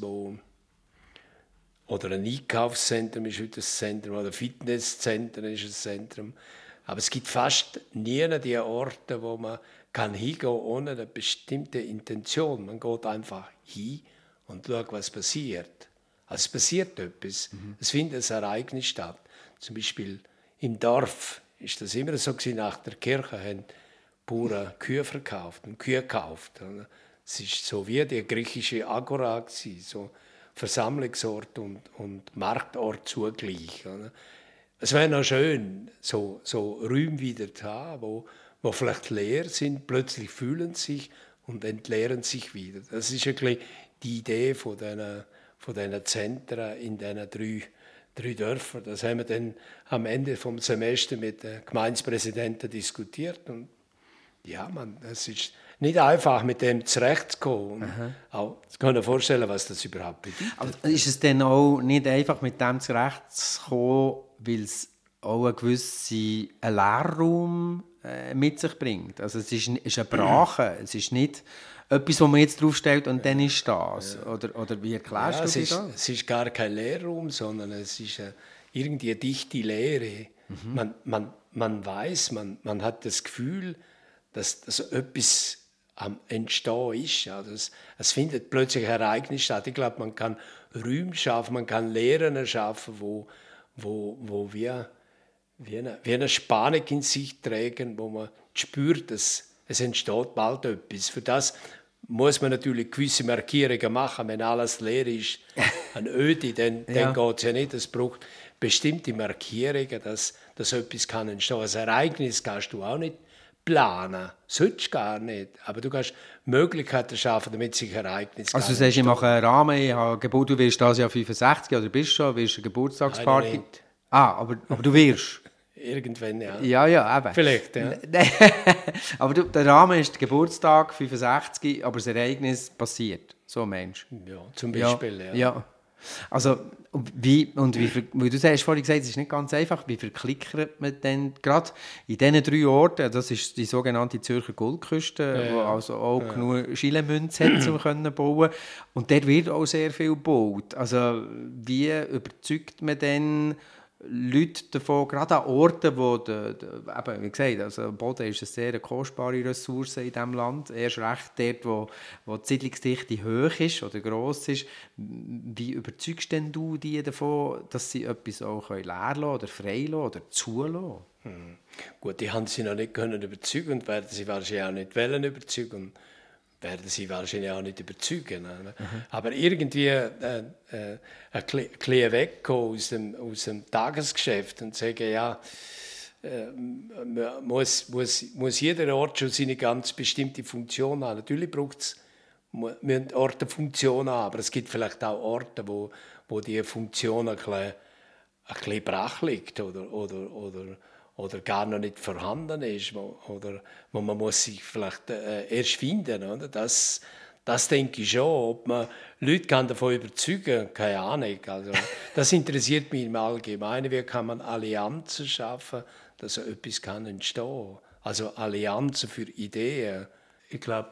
oder ein Einkaufszentrum ist heute ein Zentrum, oder ein Fitnesszentrum ist ein Zentrum. Aber es gibt fast nie die Orte, wo man kann hingehen ohne eine bestimmte Intention. Man geht einfach hin und schaut, was passiert. Also es passiert etwas. Es findet ein Ereignis statt. Zum Beispiel im Dorf ist das immer so gewesen, nach der Kirche haben Bauern Kühe verkauft und Kühe gekauft. Es war so wie die griechische Agora gewesen, so Versammlungsort und Marktort zugleich. Es wäre noch schön, so Räume wieder zu haben, wo vielleicht leer sind, plötzlich fühlen sich und entleeren sich wieder. Das ist ein bisschen die Idee von diesen Zentren in diesen 3 Dörfer. Das haben wir dann am Ende vom Semester mit den Gemeindepräsidenten diskutiert. Und ja, es ist nicht einfach, mit dem zurechtzukommen. Auch, ich kann mir vorstellen, was das überhaupt bedeutet. Aber ist es dann auch nicht einfach, mit dem zurechtzukommen, weil es auch einen gewissen Leerraum mit sich bringt? Also es ist eine Brache, es ist nicht etwas, was man jetzt draufstellt und dann ist das. Ja. Oder wie erklärst du das? Es ist gar kein Leerraum, sondern es ist irgendwie eine dichte Leere. Man weiß, man hat das Gefühl, dass etwas am Entstehen ist. Also es findet plötzlich ein Ereignis statt. Ich glaube, man kann Räume schaffen, man kann Lehren erschaffen, wo wir wie eine Spannung in sich tragen, wo man spürt, dass es entsteht bald etwas. Für das muss man natürlich gewisse Markierungen machen. Wenn alles leer ist, eine Öde, dann geht es ja nicht. Es braucht bestimmte Markierungen, dass etwas kann entstehen. Ein Ereignis kannst du auch nicht planen. Sollst gar nicht. Aber du kannst Möglichkeiten schaffen, damit sich Ereignisse Also du sagst, ich mache einen Rahmen, ich habe Geburt, du wirst das Jahr 65 oder bist schon, wirst eine Geburtstagsparty. Nein, nicht. Aber du wirst. Irgendwann, ja. Ja, eben. Vielleicht, ja. Aber der Rahmen ist der Geburtstag, 65, aber das Ereignis passiert. So Mensch. Ja, zum Beispiel, ja. Also, wie du hast vorhin gesagt, es ist nicht ganz einfach, wie verklickert man denn gerade in diesen 3 Orten, das ist die sogenannte Zürcher Goldküste, wo also auch genug Schilemünze hat, um zu bauen. Und dort wird auch sehr viel gebaut. Also, wie überzeugt man denn Leute davon, gerade an Orten, wo, eben, wie gesagt, also Boden ist eine sehr kostbare Ressource in diesem Land, erst recht dort, wo die Siedlungsdichte hoch ist oder gross ist. Wie überzeugst denn du die davon, dass sie etwas auch leer lassen oder frei lassen oder zulassen? Gut, die haben sie noch nicht können überzeugen und werden sie wahrscheinlich auch nicht wollen überzeugen. Werden sie wahrscheinlich auch nicht überzeugen. Aber irgendwie ein bisschen wegkommen aus dem Tagesgeschäft und sagen, ja, muss jeder Ort schon seine ganz bestimmte Funktion haben. Natürlich müssen Orte Funktion haben, aber es gibt vielleicht auch Orte, wo die Funktion ein bisschen brach liegt oder gar noch nicht vorhanden ist, oder wo man muss sich vielleicht erst finden, oder? Das denke ich schon. Ob man Leute davon überzeugen kann, keine Ahnung. Also, das interessiert mich im Allgemeinen. Wie kann man Allianzen schaffen, dass so etwas entstehen kann? Also Allianzen für Ideen. Ich glaube,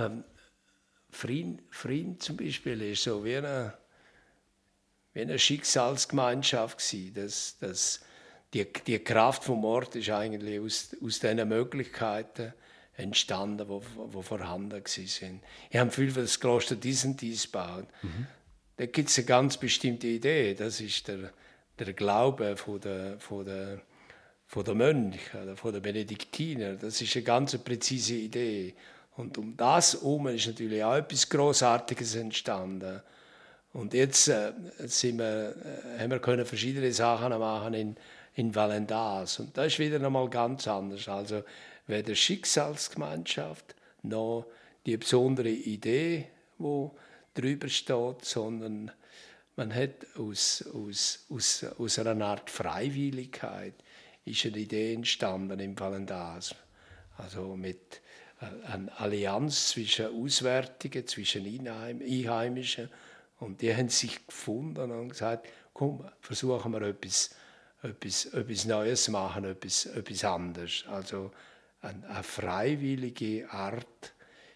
Frieden zum Beispiel ist so wie eine Schicksalsgemeinschaft gewesen, die Kraft vom Ort ist eigentlich aus diesen Möglichkeiten entstanden, die vorhanden waren. Ich habe viel für das Kloster Disentis gebaut. Da gibt es eine ganz bestimmte Idee. Das ist der Glaube von der Mönche oder von der Benediktiner. Das ist eine ganz präzise Idee. Und um das herum ist natürlich auch etwas Grossartiges entstanden. Und jetzt haben wir können verschiedene Sachen machen in Valendas. Und das ist wieder einmal ganz anders. Also weder Schicksalsgemeinschaft noch die besondere Idee, die drüber steht, sondern man hat aus einer Art Freiwilligkeit ist eine Idee entstanden im Valendas. Also mit einer Allianz zwischen Auswärtigen, zwischen Einheimischen. Und die haben sich gefunden und gesagt, komm, versuchen wir etwas Neues zu machen, etwas anderes. Also eine freiwillige Art,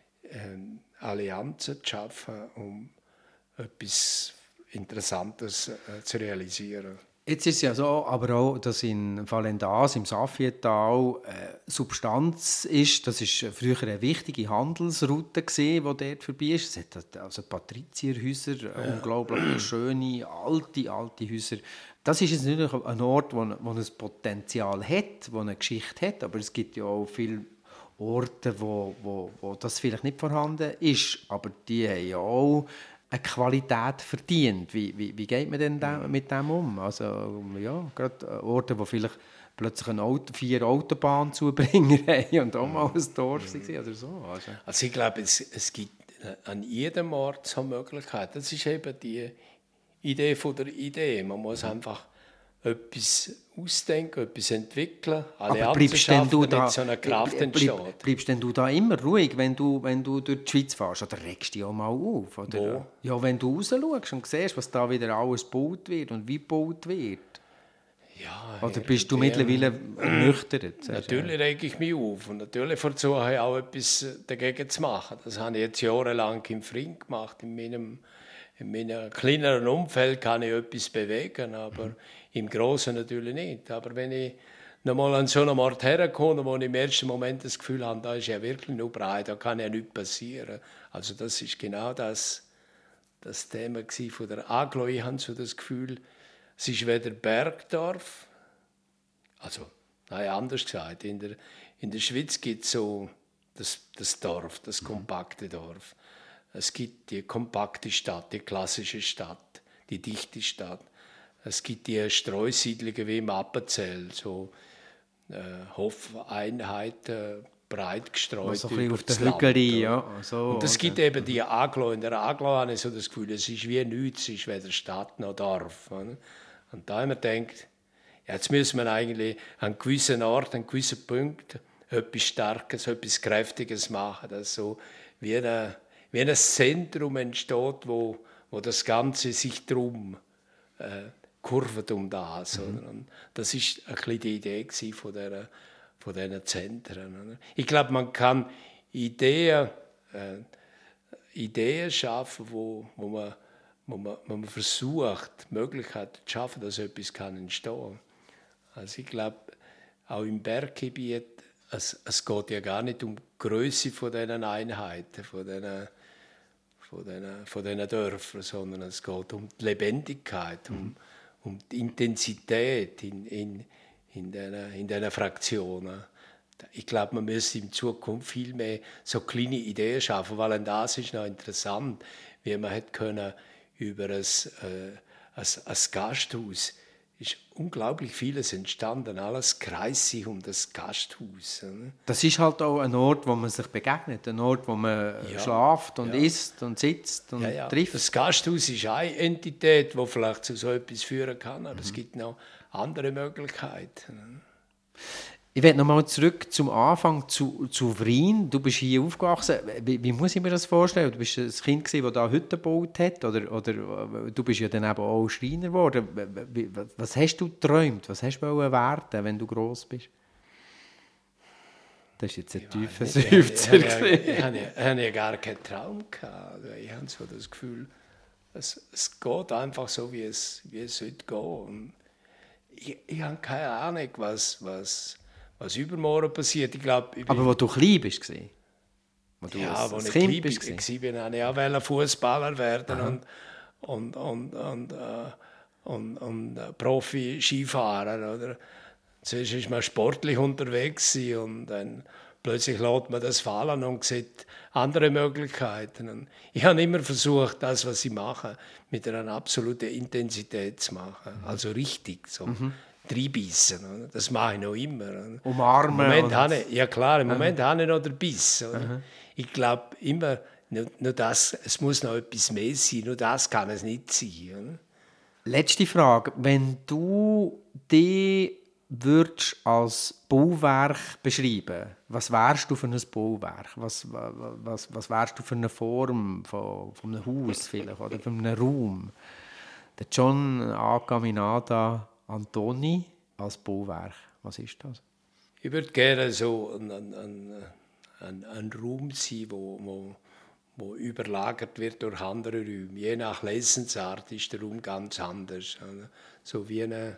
Allianzen zu schaffen, um etwas Interessantes zu realisieren. Jetzt ist es ja so, aber auch, dass in Valendas, im Safietal, Substanz ist. Das war früher eine wichtige Handelsroute, die dort vorbei ist. Es hat also Patrizierhäuser, unglaublich schöne, alte Häuser. Das ist jetzt nicht ein Ort, wo ein Potenzial hat, wo eine Geschichte hat, aber es gibt ja auch viele Orte, wo das vielleicht nicht vorhanden ist, aber die haben ja auch eine Qualität verdient. Wie geht man denn mit dem um? Also, ja, gerade Orte, wo vielleicht plötzlich 4 Autobahnzubringer haben und auch mal ein Dorf waren oder so. Also ich glaube, es gibt an jedem Ort so Möglichkeiten. Das ist eben die Idee von der Idee. Man muss einfach etwas ausdenken, etwas entwickeln. Aber bleibst denn du da, so eine Kraft entsteht. Bleibst denn du da immer ruhig, wenn du durch die Schweiz fährst? Oder regst du dich auch mal auf? Oder? Wo? Ja, wenn du raus schaust und siehst, was da wieder alles gebaut wird und wie gebaut wird. Ja, Oder bist du mittlerweile ernüchtert? Natürlich rege ich mich auf und natürlich versuche ich auch etwas dagegen zu machen. Das habe ich jetzt jahrelang im Fring gemacht. In meinem kleineren Umfeld kann ich etwas bewegen, aber im Großen natürlich nicht. Aber wenn ich nochmal an so einen Ort herkomme, wo ich im ersten Moment das Gefühl habe, da ist ja wirklich nur breit, da kann ja nichts passieren. Also das ist genau das Thema von der Aglo. Ich habe so das Gefühl, es ist weder Bergdorf, also anders gesagt, in der Schweiz gibt es so das Dorf, das kompakte Dorf. Es gibt die kompakte Stadt, die klassische Stadt, die dichte Stadt. Es gibt die Streusiedlungen wie im Appenzell, so Hofeinheiten, breit gestreut. Also ein bisschen auf der Hügel, ja. So, und es gibt eben die Aglo. In der Aglo habe ich so das Gefühl, es ist wie nichts, es ist weder Stadt noch Dorf. Oder? Und da haben wir gedacht, jetzt müssen wir eigentlich an gewissen Orten, an gewissen Punkten etwas Starkes, etwas Kräftiges machen, dass so wie ein Zentrum entsteht, wo das Ganze sich drum kurvt um das. Oder? Und das war ein bisschen die Idee von diesen Zentren. Oder? Ich glaube, man kann Ideen schaffen, wo man versucht, die Möglichkeit zu schaffen, dass etwas entstehen kann. Also ich glaube, auch im Berggebiet, es geht ja gar nicht um die Grösse von diesen Einheiten, von diesen Dörfern, sondern es geht um die Lebendigkeit, um die Intensität in diesen Fraktionen. Ich glaube, man müsste in Zukunft viel mehr so kleine Ideen schaffen, weil das ist noch interessant, wie man hätte können über ein Gasthaus ist unglaublich vieles entstanden. Alles kreist sich um das Gasthaus. Das ist halt auch ein Ort, wo man sich begegnet, ein Ort, wo man schläft und isst und sitzt und trifft. Das Gasthaus ist eine Entität, die vielleicht zu so etwas führen kann, aber es gibt noch andere Möglichkeiten. Ich will noch mal zurück zum Anfang zu Wrien. Du bist hier aufgewachsen. Wie muss ich mir das vorstellen? Du bist ein Kind, das da Hütten gebaut hat, oder du bist ja dann eben auch Schreiner geworden. Was hast du geträumt? Was hast du werden, wenn du gross bist? Das ist jetzt ein tiefer Seufzer. Ich hatte gar keinen Traum gehabt. Ich habe so das Gefühl, es geht einfach so, wie es heute geht. Ich habe keine Ahnung, was übermorgen passiert. Ich glaub, aber wo du klein bist, wo du ja, als ich Kind bist, bist, wollte ich auch Fußballer werden und Profi-Skifahrer. Oder? Zuerst war man sportlich unterwegs und dann plötzlich lässt man das fallen und sieht andere Möglichkeiten. Und ich habe immer versucht, das, was ich mache, mit einer absoluten Intensität zu machen. Also richtig, so reinbissen. Oder? Das mache ich noch immer. Oder? Umarmen. Im Moment habe ich noch den Biss. Oder? Ich glaube immer, nur das, es muss noch etwas mehr sein, nur das kann es nicht sein. Oder? Letzte Frage. Wenn du dich als Bauwerk beschreiben, was wärst du für ein Bauwerk? Was wärst du für eine Form von einem Haus vielleicht oder von einem Raum? Der John A. Caminada Antoni als Bauwerk, was ist das? Ich würde gerne so ein Raum sein, wo überlagert wird durch andere Räume. Je nach Lesensart ist der Raum ganz anders. Oder? So wie eine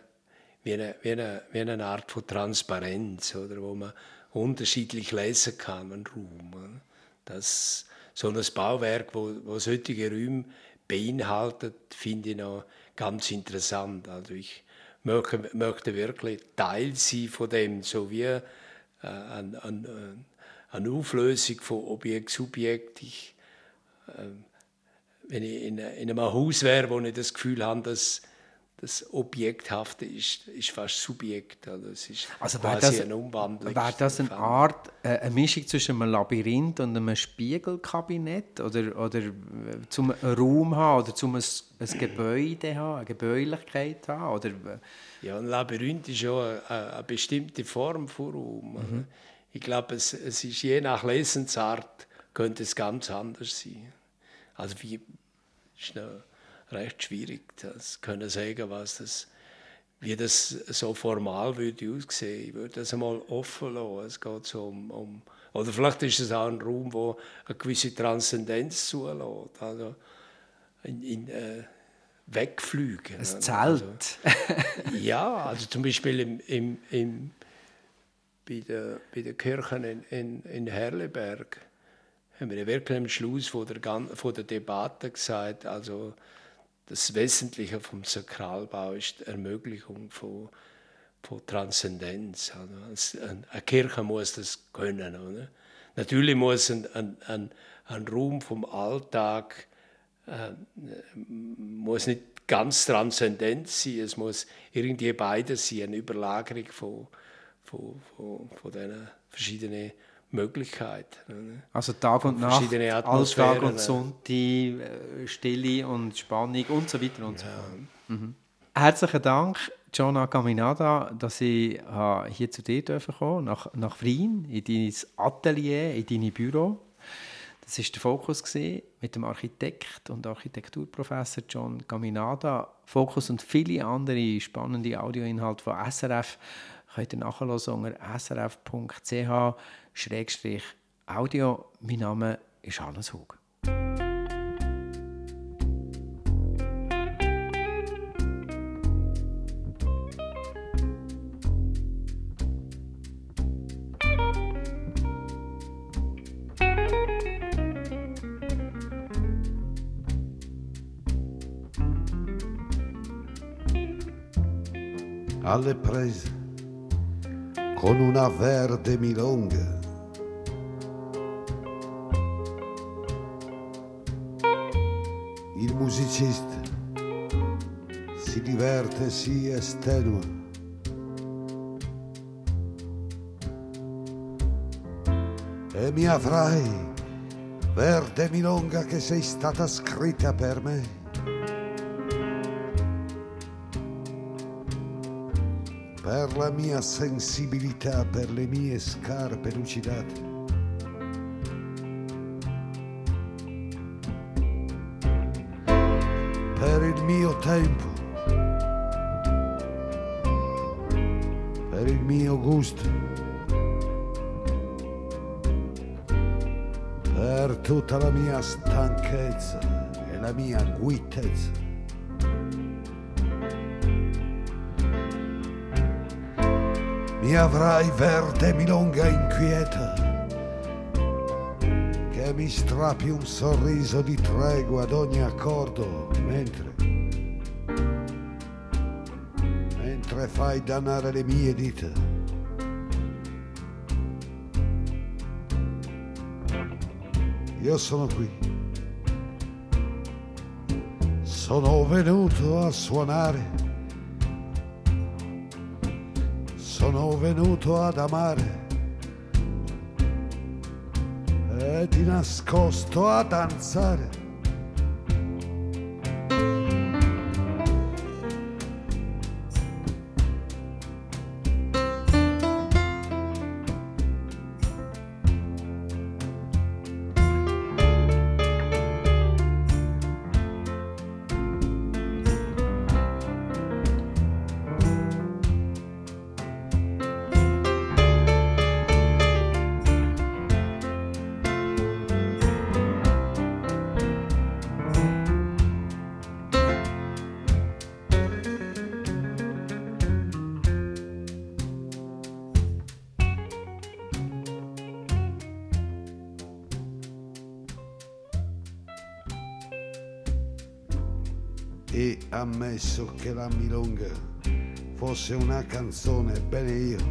Art von Transparenz, oder, wo man unterschiedlich lesen kann, ein Raum. Oder? Das, so ein Bauwerk, wo solche Räume beinhaltet, finde ich noch ganz interessant. Also ich möchte wirklich Teil sein von dem, so wie eine Auflösung von Objekt-Subjekt. Wenn ich in einem Haus wäre, wo ich das Gefühl habe, dass das Objekthafte ist fast Subjekt. Es ist also quasi eine Umwandlung. Wäre das eine Art, eine Mischung zwischen einem Labyrinth und einem Spiegelkabinett? Oder zum Raum haben oder zum ein Gebäude haben, eine Gebäulichkeit haben? Oder? Ja, ein Labyrinth ist ja eine bestimmte Form von Raum. Ich glaube, es ist je nach Lesensart könnte es ganz anders sein. Also ist recht schwierig, das können sagen, wie das so formal würde aussehen. Ich würde das einmal offen lassen. Es geht so oder vielleicht ist es auch ein Raum, der eine gewisse Transzendenz zulässt. Also wegfliegen. Ein Zelt. Also, ja, also zum Beispiel bei der Kirche in Herleberg haben wir wirklich am Schluss von der Debatte gesagt, also das Wesentliche vom Sakralbau ist die Ermöglichung von Transzendenz. Also eine Kirche muss das können. Oder? Natürlich muss ein Raum vom Alltag muss nicht ganz transzendent sein, es muss irgendwie beides sein, eine Überlagerung von diesen verschiedenen Möglichkeiten. Also Tag und Nacht, Alltag und Sonntag, Stille und Spannung und so weiter und so fort. Herzlichen Dank, John Caminada, dass ich hier zu dir kommen durfte, nach Frieden, in dein Atelier, in deine Büro. Das war der Fokus mit dem Architekt und Architekturprofessor John Caminada. Fokus und viele andere spannende Audioinhalte von SRF könnt ihr nachhören unter srf.ch/audio. Mein Name ist Hannes Hug. Alle prese con una verde milonga. Il musicista si diverte e si estenua. E mi avrai, verde milonga che sei stata scritta per me. Per la mia sensibilità, per le mie scarpe lucidate. Per il mio tempo, per il mio gusto, per tutta la mia stanchezza e la mia guitezza. Mi avrai verde milonga inquieta, che mi strappi un sorriso di tregua ad ogni accordo, mentre fai dannare le mie dita. Io sono qui, sono venuto a suonare. Sono venuto ad amare e di nascosto a danzare. E ammesso che la milonga fosse una canzone, ebbene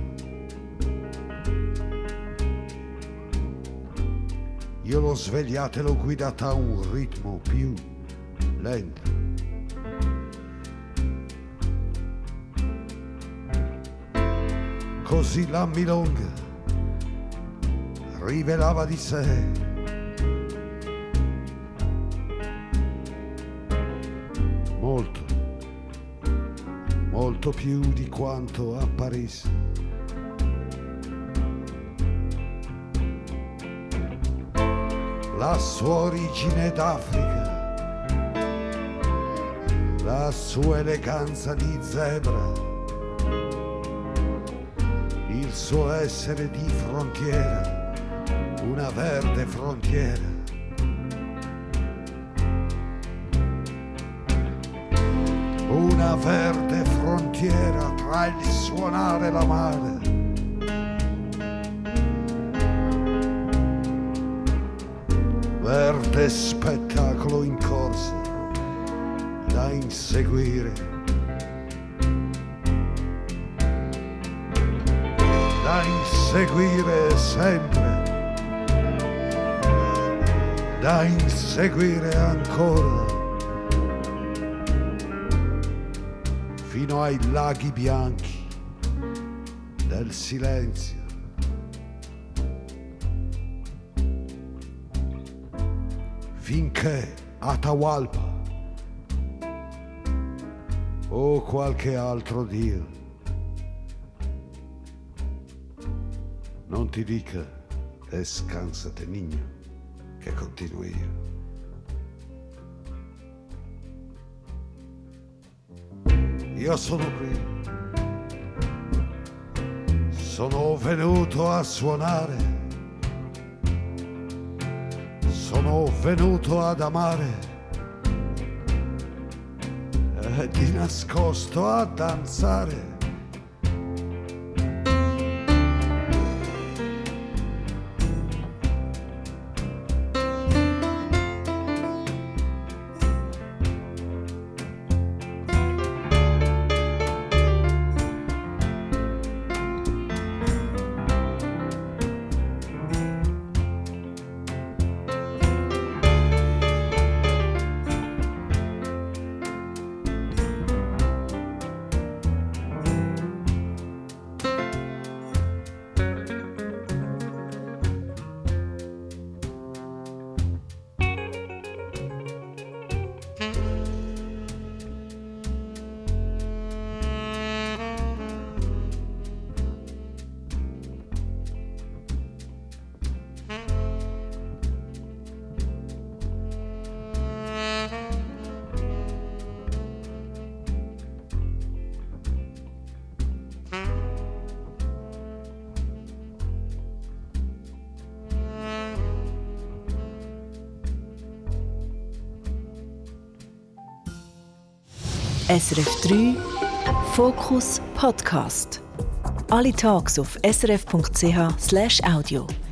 io l'ho svegliata e l'ho guidata a un ritmo più lento. così la milonga rivelava di sé. Molto, molto più di quanto apparisse. La sua origine d'Africa, la sua eleganza di zebra, il suo essere di frontiera, una verde frontiera. Una verde frontiera tra il suonare e la mare. Verde spettacolo in corsa da inseguire. Da inseguire sempre. Da inseguire ancora. Fino ai laghi bianchi del silenzio. Finché Atahualpa o qualche altro Dio non ti dica descansate niño, che continuo io. Io sono qui, sono venuto a suonare, sono venuto ad amare e di nascosto a danzare. SRF 3 Fokus Podcast. Alle Tags auf srf.ch/audio.